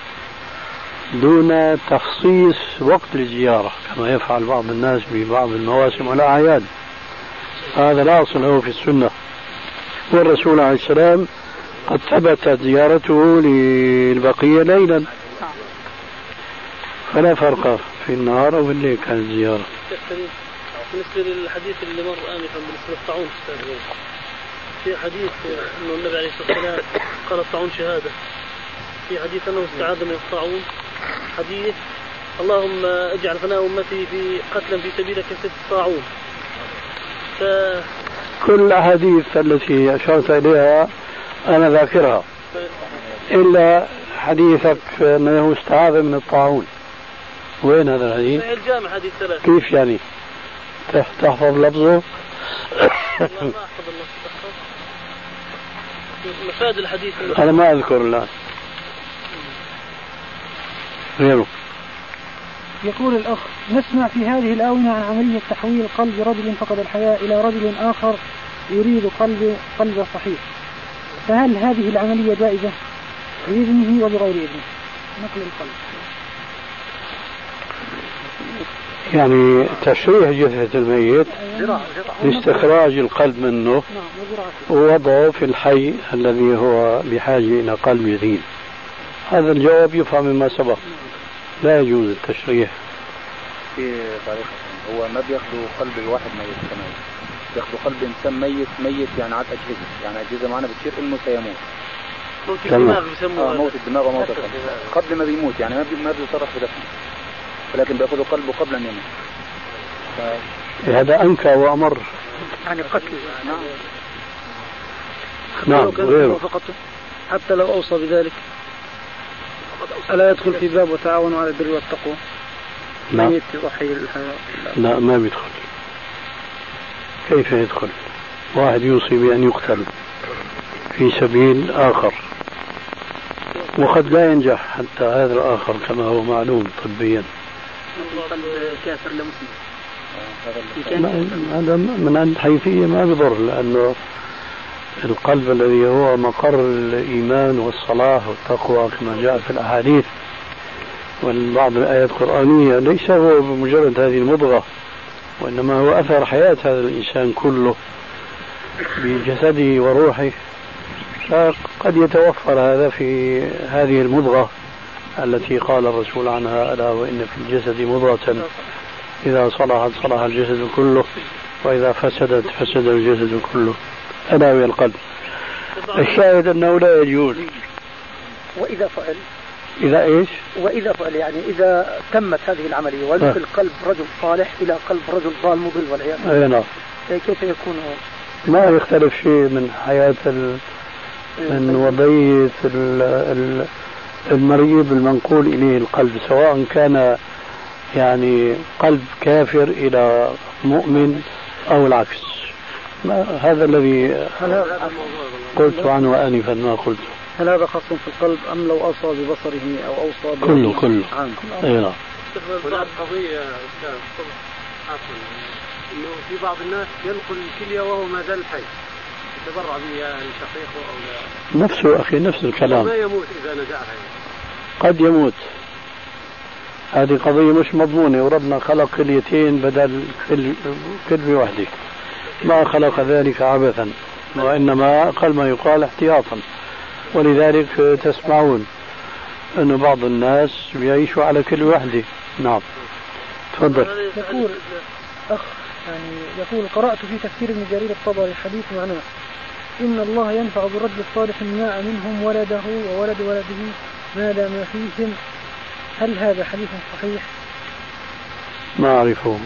دون تخصيص وقت للزيارة كما يفعل بعض الناس ببعض المواسم والأعياد. هذا لا أصل له في السنة، والرسول عليه السلام قد ثبتت زيارته للبقية ليلا، فلا فرق في النهار أو في الليل كانت زيارة. بالنسبة للحديث اللي مر آنفا بالنسبة للطاعون، في حديث أنه النبي عليه الصلاة والسلام قال الطاعون شهادة، في حديث أنه استعاذ من الطاعون، حديث اللهم اجعل فناء أمتي في قتلا في سبيلك ست الطاعون. ف... كل الأحاديث التي أشرت إليها أنا ذاكرها إلا حديثك أنه استعاذ من الطاعون. وين هذا الحديث؟ الجامع حديث ثلاثة. كيف يعني؟ تحفظ لفظه؟ مفاد الحديث أنا ما أذكر الآن غيره. يقول الأخ: نسمع في هذه الآونة عن عملية تحويل قلب رجل فقد الحياة إلى رجل آخر يريد قلب قلب صحيح، فهل هذه العملية جائزة بإذنه وبغير إذنه؟ نقل القلب يعني تشريح جثة الميت لاستخراج القلب منه ووضعه في الحي الذي هو بحاجة إلى قلب جديد. هذا الجواب يفهم مما سبق، لا يجوز التشريح. في طريقة هو ما بياخذوا قلب الواحد ميت كمان، بياخذوا قلب إنسان ميت ميت يعني عاد أجهزة، يعني أجهزة معنا بتصير إنه سيموت. موت الدماغ بيسموه. آه موت الدماغ وموت القلب قبل ما بيموت، يعني ما بي ما بيصرف بدفنه، ولكن بياخذوا قلبه قبل أن يموت. ف... هذا أنكى وأمر، يعني قتل. نعم نعم غيره. فقط حتى لو أوصى بذلك ألا يدخل في باب وتعاونوا على البر والتقوى؟ لا يضحي الحياة. لا ما بيدخل. كيف يدخل؟ واحد يوصي بأن يقتل في سبيل آخر وقد لا ينجح حتى هذا الآخر كما هو معلوم طبيا. كافر لمسلم هذا من عند حيثية ما بضر، لأنه القلب الذي هو مقر الإيمان والصلاح والتقوى كما جاء في الأحاديث والبعض الآيات القرآنية ليس هو بمجرد هذه المضغة، وإنما هو أثر حياة هذا الإنسان كله بجسده وروحه، فقد يتوفر هذا في هذه المضغة التي قال الرسول عنها: ألا وإن في الجسد مضغة إذا صلحت صلح الجسد كله وإذا فسدت فسد الجسد كله، ألا وهي القلب. الشاهد أنه لا يجوز. وإذا فعل إذا إيش؟ وإذا فعل يعني إذا تمت هذه العملية ودخل قلب رجل صالح إلى قلب رجل ضال مضل والعياذ بالله، نعم، كيف يكون؟ ما يختلف شيء من حياة ال... من وضعية ال... المريض المنقول إليه القلب، سواء كان يعني قلب كافر إلى مؤمن أو العكس. ما هذا الذي قلت عنه آنفا ما قلت. هل هذا خاص في القلب أم لو أوصى ببصره أو أوصى كله كله عام؟ أي نعم. هناك قضية إنه في بعض الناس ينقل الكلية وهو ما زال حي، يتبرع به يعني شقيقه أو لا. نفسه أخي نفس الكلام. ما يموت إذا نزعها قد يموت، هذه قضية مش مضمونة، وربنا خلق كليتين بدل كلمة واحدة، ما خلق ذلك عبثا، وإنما أقل ما يقال احتياطا. ولذلك تسمعون أن بعض الناس يعيشوا على كلمة واحدة. نعم تفضل. يقول أخ يعني يقول: قرأت في تفسير ابن جرير الطبري حديث معناه: إن الله ينفع بالرجل الصالح الماء منهم ولده وولد ولده ما دام فيهم. هل هذا حديث صحيح؟ ما أعرفه.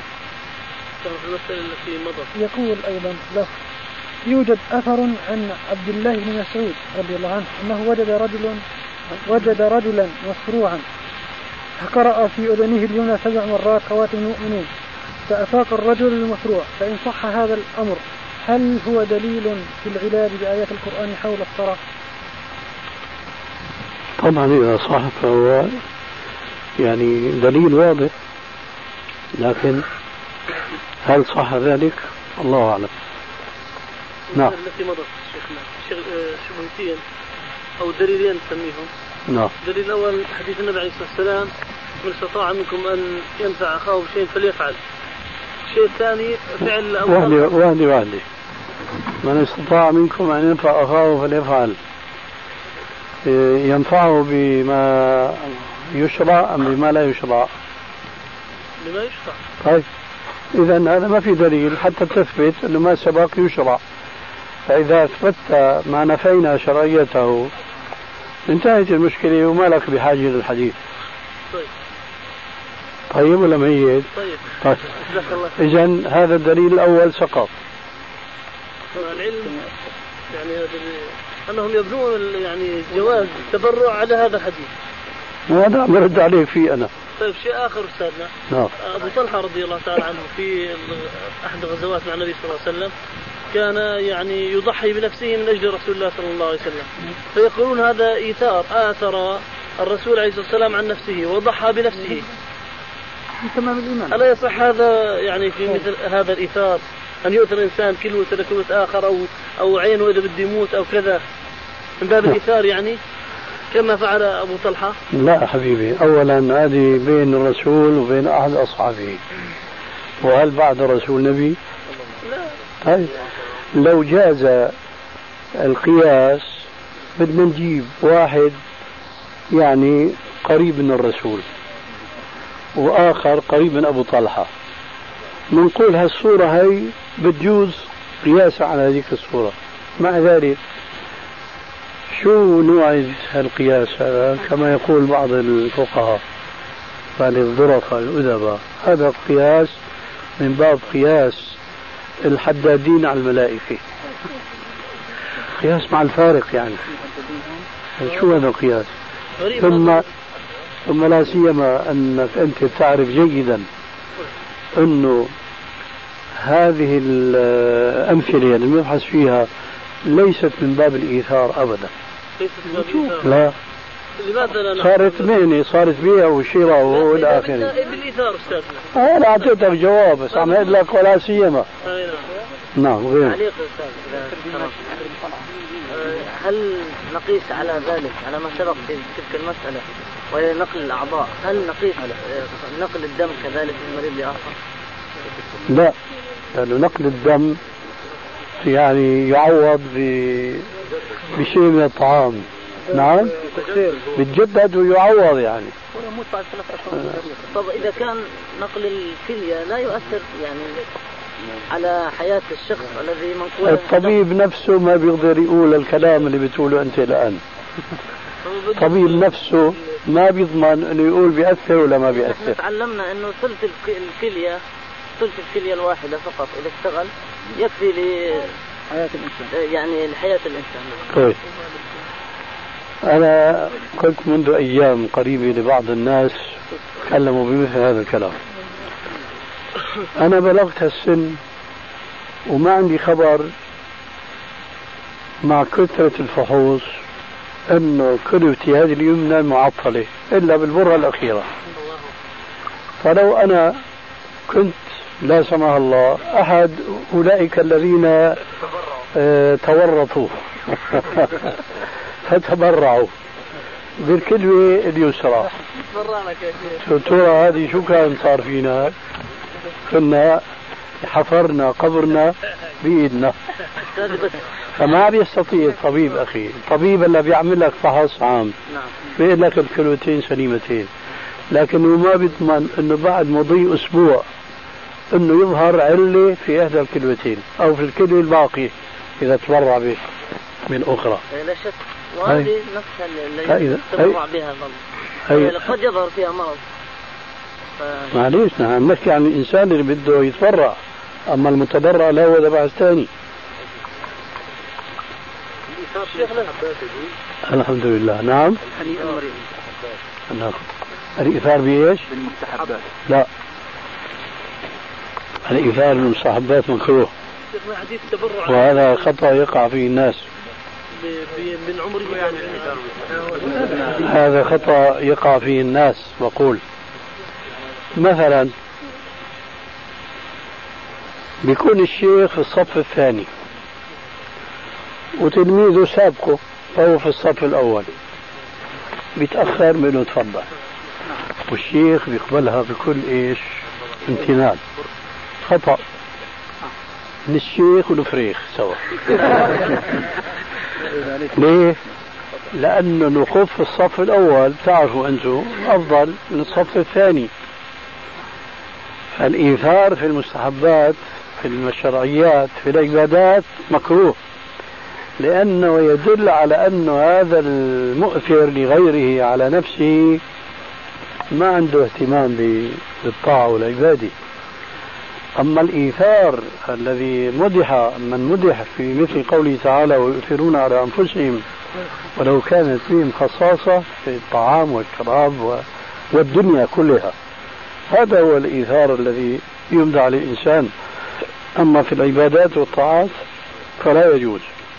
يقول أيضا له: يوجد أثر عن عبد الله بن مسعود رضي الله عنه أنه وجد رجل وجد رجلا مصروعا فقرأ في أذنه اليمنى سبع مرات خواتم المؤمنين فأفاق الرجل المصروع، فإن صح هذا الأمر هل هو دليل في العلاج بآيات القرآن حول الصلاة؟ طبعا إذا صح فهو يعني دليل واضح، لكن هل صح ذلك؟ الله أعلم. نعم. التي مضت شيخنا شبهتين أو دليلين نسميهم. نعم. الدليل الأول حديث النبي عليه الصلاة والسلام: من استطاع منكم أن ينفع أخاه بشيء فليفعل. الشيء الثاني فعل وهدي وهدي وهدي من استطاع منكم أن ينفع أخاه فليفعل. ينفعه بما يشرع أم بما لا يشرع؟ بما يشرع. طيب إذا هذا ما في دليل حتى تثبت أنه ما سبق يشرع، فإذا أثبت ما نفينا شرعيته انتهت المشكلة وما لك بحاجة للحديث. طيب طيب ولا ميت؟ طيب, طيب. إذن هذا الدليل الأول سقط. العلم يعني أنهم يبنون يعني جواز التبرع على هذا الحديث، وهذا برد عليه فيه أنا. طيب شيء آخر أستاذنا. نعم. أبو طلحة رضي الله تعالى عنه في أحد الغزوات مع النبي صلى الله عليه وسلم كان يعني يضحي بنفسه من أجل رسول الله صلى الله عليه وسلم، فيقولون هذا إيثار، آثر الرسول عليه الصلاة والسلام عن نفسه وضحى بنفسه. تمام الإيمان. ألا يصح هذا يعني في مثل هذا الإيثار أن يؤثر إنسان كلوة لكلوة آخر، أو أو عينه إذا بده يموت أو كذا، من باب الإيثار يعني كما فعل أبو طلحة؟ لا حبيبي، أولا هذه بين الرسول وبين أحد أصحابه، وهل بعد الرسول نبي؟ لا. طيب لو جاز القياس بدنا نجيب واحد يعني قريب من الرسول وآخر قريب من أبو طلحة، نقول هالصورة هي بتجوز قياسا على هذيك الصورة. مع ذلك شو نوع القياس هذا؟ كما يقول بعض الفقهاء يعني الظرفاء الأدباء، هذا قياس من باب قياس الحدادين على الملائكة، قياس مع الفارق يعني. شو هذا القياس؟ ثم ثم لا سيما أنك أنت تعرف جيدا أنه هذه الأمثلة اللي نبحث فيها ليست من باب الإيثار أبدا. لا، صارت مهنة، صارت بيع وشراء والى اخره. بالإيثار أستاذنا. أنا أعطيتك جواب بس عم أقول لك ولا سيما. نعم. غير تعليق أستاذ، هل نقيس على ذلك على ما سبق في تلك المسألة وهي نقل الأعضاء، هل نقيس نقل الدم كذلك من مريض لآخر؟ لا، لأنه نقل الدم يعني يعوض بشيء من الطعام. نعم، بتجدد ويعوض يعني. طب إذا كان نقل الكلية لا يؤثر يعني على حياة الشخص الذي منقول، الطبيب نفسه ما بيقدر يقول الكلام اللي بتقوله أنت الآن. الطبيب نفسه ما بيضمن انه يقول بيأثر ولا ما بيأثر. تعلمنا انه ثلث الكلية ثلث الكلية الواحدة فقط اذا اشتغل يكفي لحياة الانسان، يعني لحياة الانسان. طيب، انا قلت منذ ايام قريبة لبعض الناس تكلموا بمثل هذا الكلام. انا بلغت هالسن وما عندي خبر مع كثرة الفحوص انه كليتي هذه اليمنى معطلة الا بالبرة الاخيرة. فلو انا كنت لا سمح الله احد اولئك الذين اه تورطوا فتبرعوا بالكلوة اليسرى، شو ترى هذه شو كان صار فينا؟ كنا حفرنا قبرنا بإيدنا. فما بيستطيع الطبيب أخي، الطبيب اللي بيعمل لك فحص عام بيقول لك الكلوتين سليمتين، لكنه ما بيضمن انه بعد مضي اسبوع انه يظهر علة في احدى الكلوتين او في الكلوة الباقية اذا تبرع به من اخرى. لا شك، وهذه نفسها اللي تبرع بها ظل قد يظهر فيها مرض. ف... معليش نحن نحكي عن الانسان اللي بده يتبرع، اما المتبرع لا هو بحث ثاني. الحمد لله. نعم. نعم. الإيثار بإيش؟ بالمستحبات. لا، الإيثار بالمستحبات مكروه، وهذا خطأ يقع فيه الناس. من عمره يعني هذا خطأ يقع فيه الناس. بقول مثلا بيكون الشيخ في الصف الثاني وتلميذه سابقه فهو في الصف الأول، بيتأخر منه تفضل، والشيخ بيقبلها بكل إيش امتنان. خطأ من الشيخ والفريخ سوا. ليه؟ لأنه الوقوف في الصف الأول تعرفوا أنتم أفضل من الصف الثاني. الإيثار في المستحبات في الشرعيات في العبادات مكروه، لأنه يدل على أن هذا المؤثر لغيره على نفسه ما عنده اهتمام بالطاعة والعبادة. أما الإيثار الذي مدح من مدح في مثل قوله تعالى ويؤثرون على أنفسهم ولو كانت فيهم خصاصة في الطعام والشراب والدنيا كلها، هذا هو الإيثار الذي يمدح للإنسان. أما في العبادات والطاعات فلا يجوز.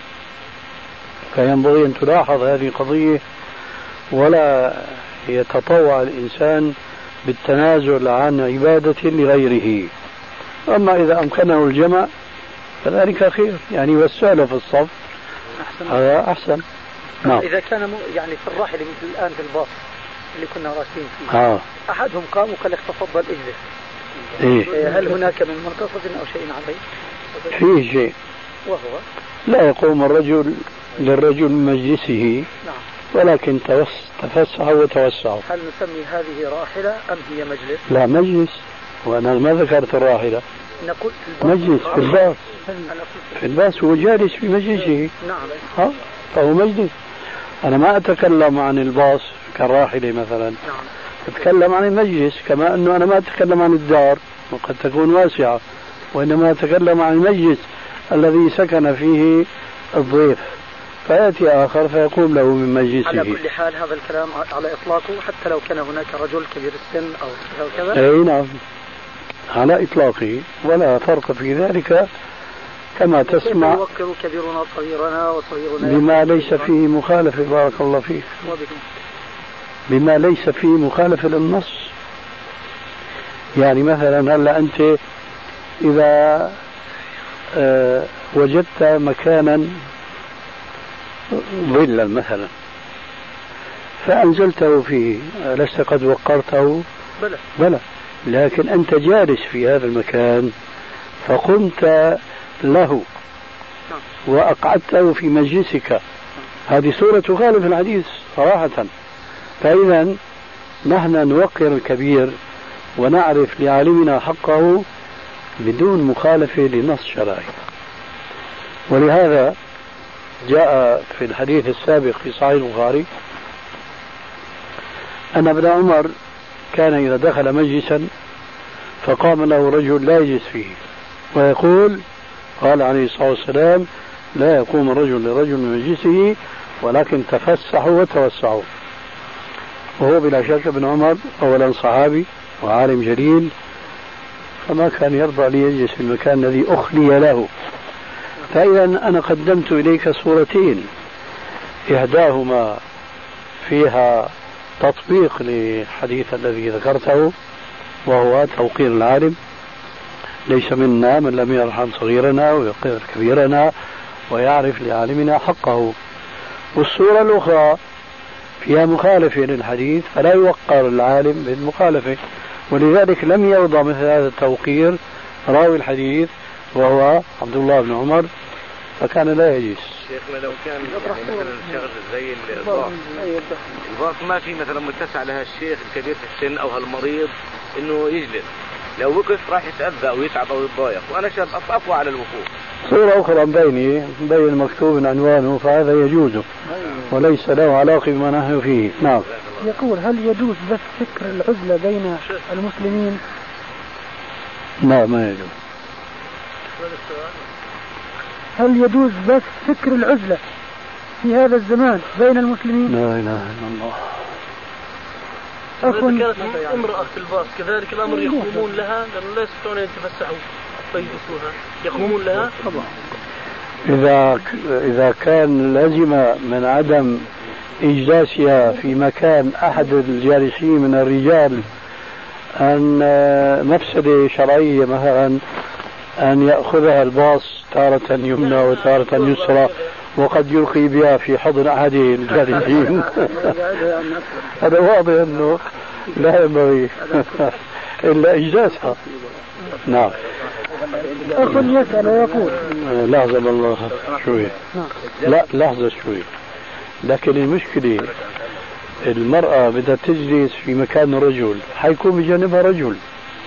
فينبغي أن تلاحظ هذه القضية ولا يتطوع الإنسان بالتنازل عن عبادة لغيره. أما إذا أمكنه الجمع فذلك خير، يعني والسهل في الصف أحسن. هذا أحسن. نعم. إذا كان يعني في الراحلة مثل الآن في الباص اللي كنا راكبين فيه آه. أحدهم قام وقال لك تفضل اجلس. إيه؟ هل هناك من منتصف أو شيء عليه؟ فيه شيء، وهو لا يقوم الرجل للرجل من مجلسه. نعم. ولكن تفسحوا وتوسعوا. هل نسمي هذه راحلة أم هي مجلس؟ لا مجلس، وأنا ما ذكرت الراحلة. نقول مجلس في الباص، في الباص هو جالس في مجلسه. نعم. ها فهو مجلس. أنا ما أتكلم عن الباص كالراحلة مثلا. نعم. أتكلم عن المجلس، كما أنه أنا ما أتكلم عن الدار وقد تكون واسعة، وإنما أتكلم عن المجلس الذي سكن فيه الضيف، فيأتي آخر فيقوم له من مجلسه. على كل حال هذا الكلام على إطلاقه حتى لو كان هناك رجل كبير السن أو كذا. أي نعم، على إطلاقه، ولا فرق في ذلك كما تسمع. يوقر كبيرنا صغيرنا وصغيرنا بما ليس فيه مخالفة. بارك الله فيك. بما ليس فيه مخالفة للنص. يعني مثلا هلا أنت إذا أه وجدت مكانا ظلا مثلا فأنزلته فيه، لست قد وقرته؟ بلى. بلى، لكن أنت جالس في هذا المكان فقمت له وأقعدته في مجلسك، هذه صورة تخالف الحديث صراحة. فإذا نحن نوقر الكبير ونعرف لعالمنا حقه بدون مخالفة لنص شرعي. ولهذا جاء في الحديث السابق في صحيح البخاري أن ابن عمر كان إذا دخل مجلسا فقام له رجل لا يجلس فيه ويقول، قال عليه الصلاة والسلام: لا يقوم الرجل لرجل من مجلسه ولكن تفسحوا وتوسعوا. وهو بلا شك ابن عمر أولا صحابي وعالم جليل، فما كان يرضى ليجلس في المكان الذي أخلي له. فإذا أنا قدمت إليك صورتين، إحداهما فيها تطبيق للحديث الذي ذكرته وهو توقير العالم، ليس منا من لم يرحم صغيرنا ويوقر كبيرنا ويعرف لعالمنا حقه. والصورة الأخرى فيها مخالفة للحديث فلا يوقر العالم بالمخالفة، ولذلك لم يرضى مثل هذا التوقير راوي الحديث وهو عبد الله بن عمر، فكان لا يجلس. شيخنا لو كان يعني مثلا شغل زي الضغط الضغط ما في مثلا متسع لها الشيخ الكبير في السن او هالمريض انه يجلس، لو وقف راح يتأذى او يتعب او يتضايق، وانا شاب اقوى على الوقوف. صورة أخرى بيني بين مكتوب عنوانه فهذا يجوز وليس له علاقة بما نحن فيه. نعم. يقول: هل يجوز بث فكر العزلة بين المسلمين؟ لا، ما يجوز. هل يجوز بث فكر العزلة في هذا الزمان بين المسلمين؟ لا إله إلا الله. أخن كانت امرأة في الباص كذلك الأمر يقومون لها لأنه لا يستطيعون أن يتفسحوا فيجلسوها، يقومون لها طبعا. إذا إذا كان لازم من عدم إجلاسها في مكان أحد الجالسين من الرجال أن مفسدة شرعية مثلا أن يأخذها الباص تارة يمنى وتارة يسرى وقد يلقي بها في حضن أحد الجالسين هذا واضح أنه لا ينبغي إلا إجلاسها. نعم. أخ يسأل ويقول: لحظة بالله شوي، لا لحظة شوي، لكن المشكلة المرأة بدها تجلس في مكان رجل حيكون بجانبها رجل،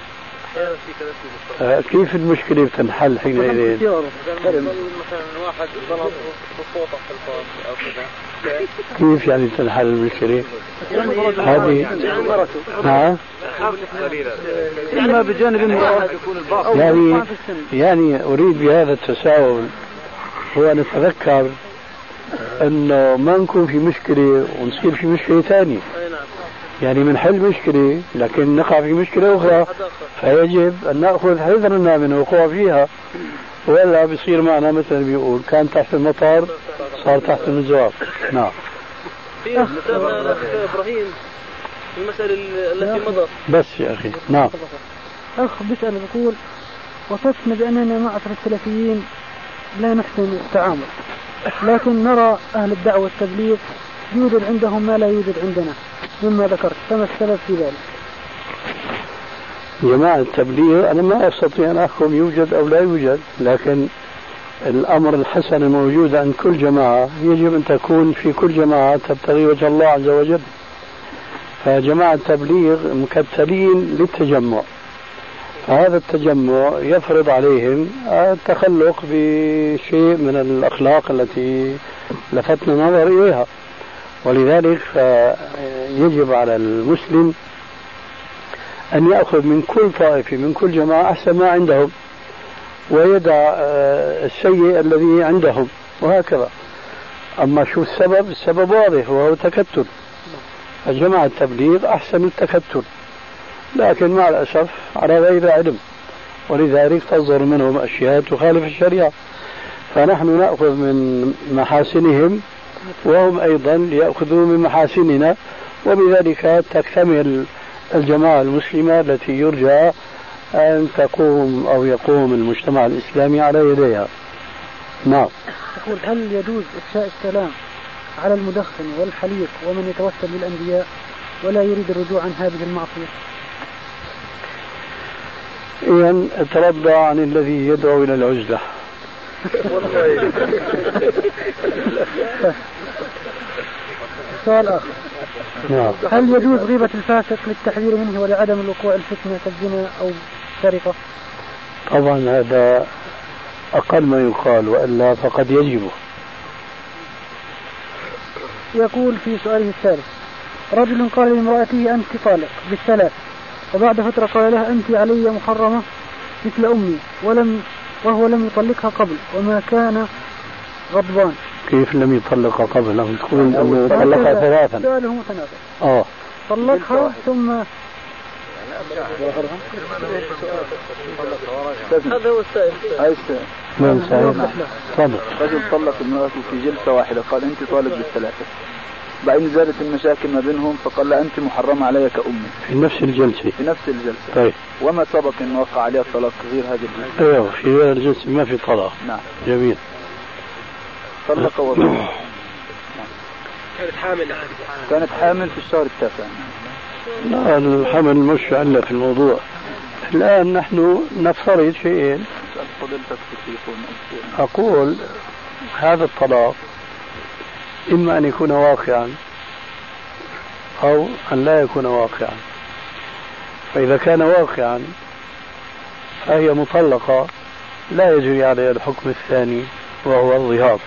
آه كيف المشكلة بتنحل حينئذ؟ واحد ضرب بصوته في الباص أو كذا، كيف يعني تنحل المشكلة؟ هذه ها؟ إما بجانب المرأة يعني يعني أريد بهذا التساؤل هو أن نتذكر أنه ما نكون في مشكلة ونصير في مشكلة ثانية، يعني منحل مشكلة لكن نقع في مشكلة أخرى، فيجب أن نأخذ حذرنا من الوقوع فيها. ولا بيصير معنا مثل بيقول كان تحت المطار صار تحت المزوار. نعم. في مثال الأخ إبراهيم في المسألة التي مضت. بس يا أخي. نعم. أخ بيسأل بيقول وصفنا بأننا معشر السلفيين لا نحسن التعامل، لكن نرى أهل الدعوة والتبليغ يوجد عندهم ما لا يوجد عندنا مما ذكرت، فما السبب في ذلك؟ جماعة التبليغ أنا ما أستطيع أن أحكم يوجد أو لا يوجد، لكن الأمر الحسن الموجود عند كل جماعة يجب أن تكون في كل جماعة تبتغي وجه الله عز وجل. فجماعة التبليغ مكتلين للتجمع، فهذا التجمع يفرض عليهم التخلق بشيء من الأخلاق التي لفتنا النظر إليها، ولذلك يجب على المسلم أن يأخذ من كل طائفة من كل جماعة أحسن ما عندهم ويدع السيء الذي عندهم وهكذا. أما شو السبب؟ السبب واضح وهو التكتل. الجماعة التبليغ أحسن التكتل، لكن مع الأسف على غير علم، ولذلك تصدر منهم أشياء تخالف الشريعة، فنحن نأخذ من محاسنهم وهم أيضا يأخذون من محاسننا، وبذلك تكتمل الجماعة المسلمة التي يرجى أن تقوم أو يقوم المجتمع الإسلامي على يديها. نعم. يقول هل يجوز إفشاء السلام على المدخن والحليق ومن يتوسل بالأنبياء ولا يريد الرجوع عن هذه المعصية؟ إذن اترضى عن الذي يدعو إلى العزلة. سؤال آخر. نعم. هل يجوز غيبة الفاسق للتحذير منه ولعدم الوقوع الفتنة كالزنا أو السرقة؟ طبعا هذا أقل ما يقال، وإلا فقد يجب. يقول في سؤاله الثالث رجل قال لامرأته أنت طالق بالثلاث، وبعد فترة قال لها أنت علي محرمة مثل أمي، ولم وهو لم يطلقها قبل وما كان غضبان. كيف لم يطلقها قبل؟ لم تقول أنه طلقها ثلاثا. سؤاله متناقض. آه. طلقها ثم هذا هو السائل. من سائل؟ تفضل. رجل طلق امرأته في جلسة واحدة، قال أنت طالق بالثلاثة، بعدين زادت المشاكل ما بينهم فقال لا أنت محرمة علي كأمي في نفس الجلسة. في نفس الجلسة. طيب. وما سبق أن وقع عليها الطلاق غير هذه الجلسة؟ أيوه في غير الجلسة ما في طلاق. نعم. جميل. طلق وطلق. كانت حامل. كانت حامل في الشهر التاسع. لا الحمل مش إلا في الموضوع. الآن نحن نفترض شيئين. أقول هذا الطلاق إما أن يكون واقعا أو أن لا يكون واقعا. فإذا كان واقعا فهي مطلقة لا يجري عليها الحكم الثاني وهو الظهار.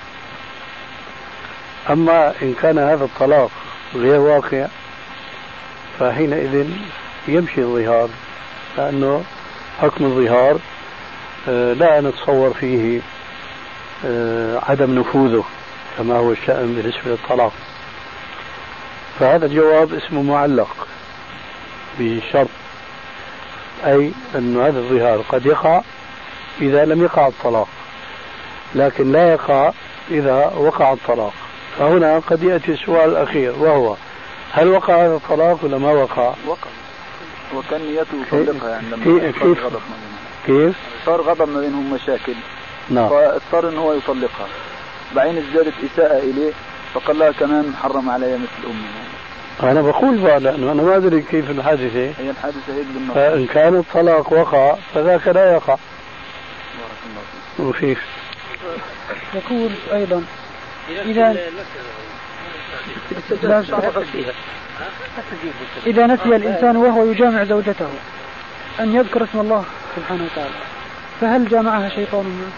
أما إن كان هذا الطلاق غير واقع فحينئذ يمشي الظهار، لأنه حكم الظهار لا نتصور فيه عدم نفوذه كما هو الشأن بالنسبة للطلاق. فهذا الجواب اسمه معلق بشرط، أي أن هذا الظهار قد يقع إذا لم يقع الطلاق، لكن لا يقع إذا وقع الطلاق. فهنا قد يأتي السؤال الأخير وهو هل وقع هذا الطلاق ولا ما وقع؟ وقع، وكان نيته يطلقها يعني لما كيف صار غضب ما كيف صار غضب ما بينهم مشاكل. نعم. فاضطر ان هو يطلقها، بعدين ازدادت إساءة إليه فقال لها كمان محرم علي مثل أمي. أنا بقول بقى لأنه أنا ما أدري كيف الحادثة. هي الحادثة هيك بالنص. فإن كان الطلاق وقع فذاك لا يقع. وفيك يقول أيضا إذا إذا نسي الإنسان وهو يجامع زوجته أن يذكر اسم الله سبحانه وتعالى، فهل جامعها شيطان معه؟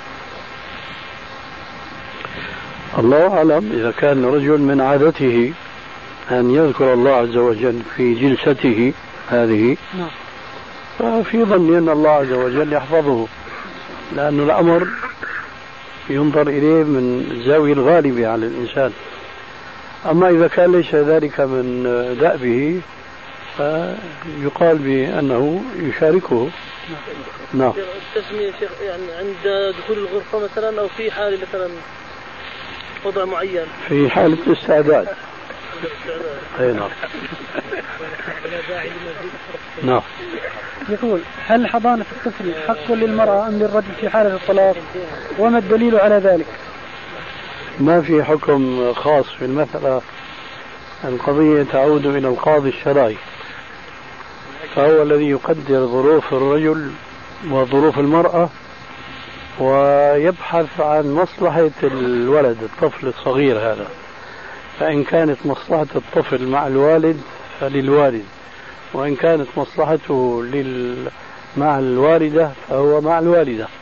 الله أعلم. إذا كان رجل من عادته أن يذكر الله عز وجل في جلسته هذه ففي ظني أن الله عز وجل يحفظه، لأن الأمر ينظر إليه من الزاوية الغالبة على الإنسان. أما إذا كان ليس ذلك من دأبه فيقال بأنه يشاركه. نعم. التسمية شيخ يعني عند دخول الغرفة مثلا أو في حال مثلا وضع معين؟ في حالة استعداد. أي نعم. نعم. يقول هل حضانة الطفل حق للمرأة أم للرجل في حالة الطلاق؟ وما الدليل على ذلك؟ ما في حكم خاص في المسألة، القضية تعود إلى القاضي الشرعي، فهو الذي يقدر ظروف الرجل وظروف المرأة ويبحث عن مصلحة الولد الطفل الصغير هذا. فإن كانت مصلحة الطفل مع الوالد فللوالد، وإن كانت مصلحته لل... مع الوالدة فهو مع الوالدة.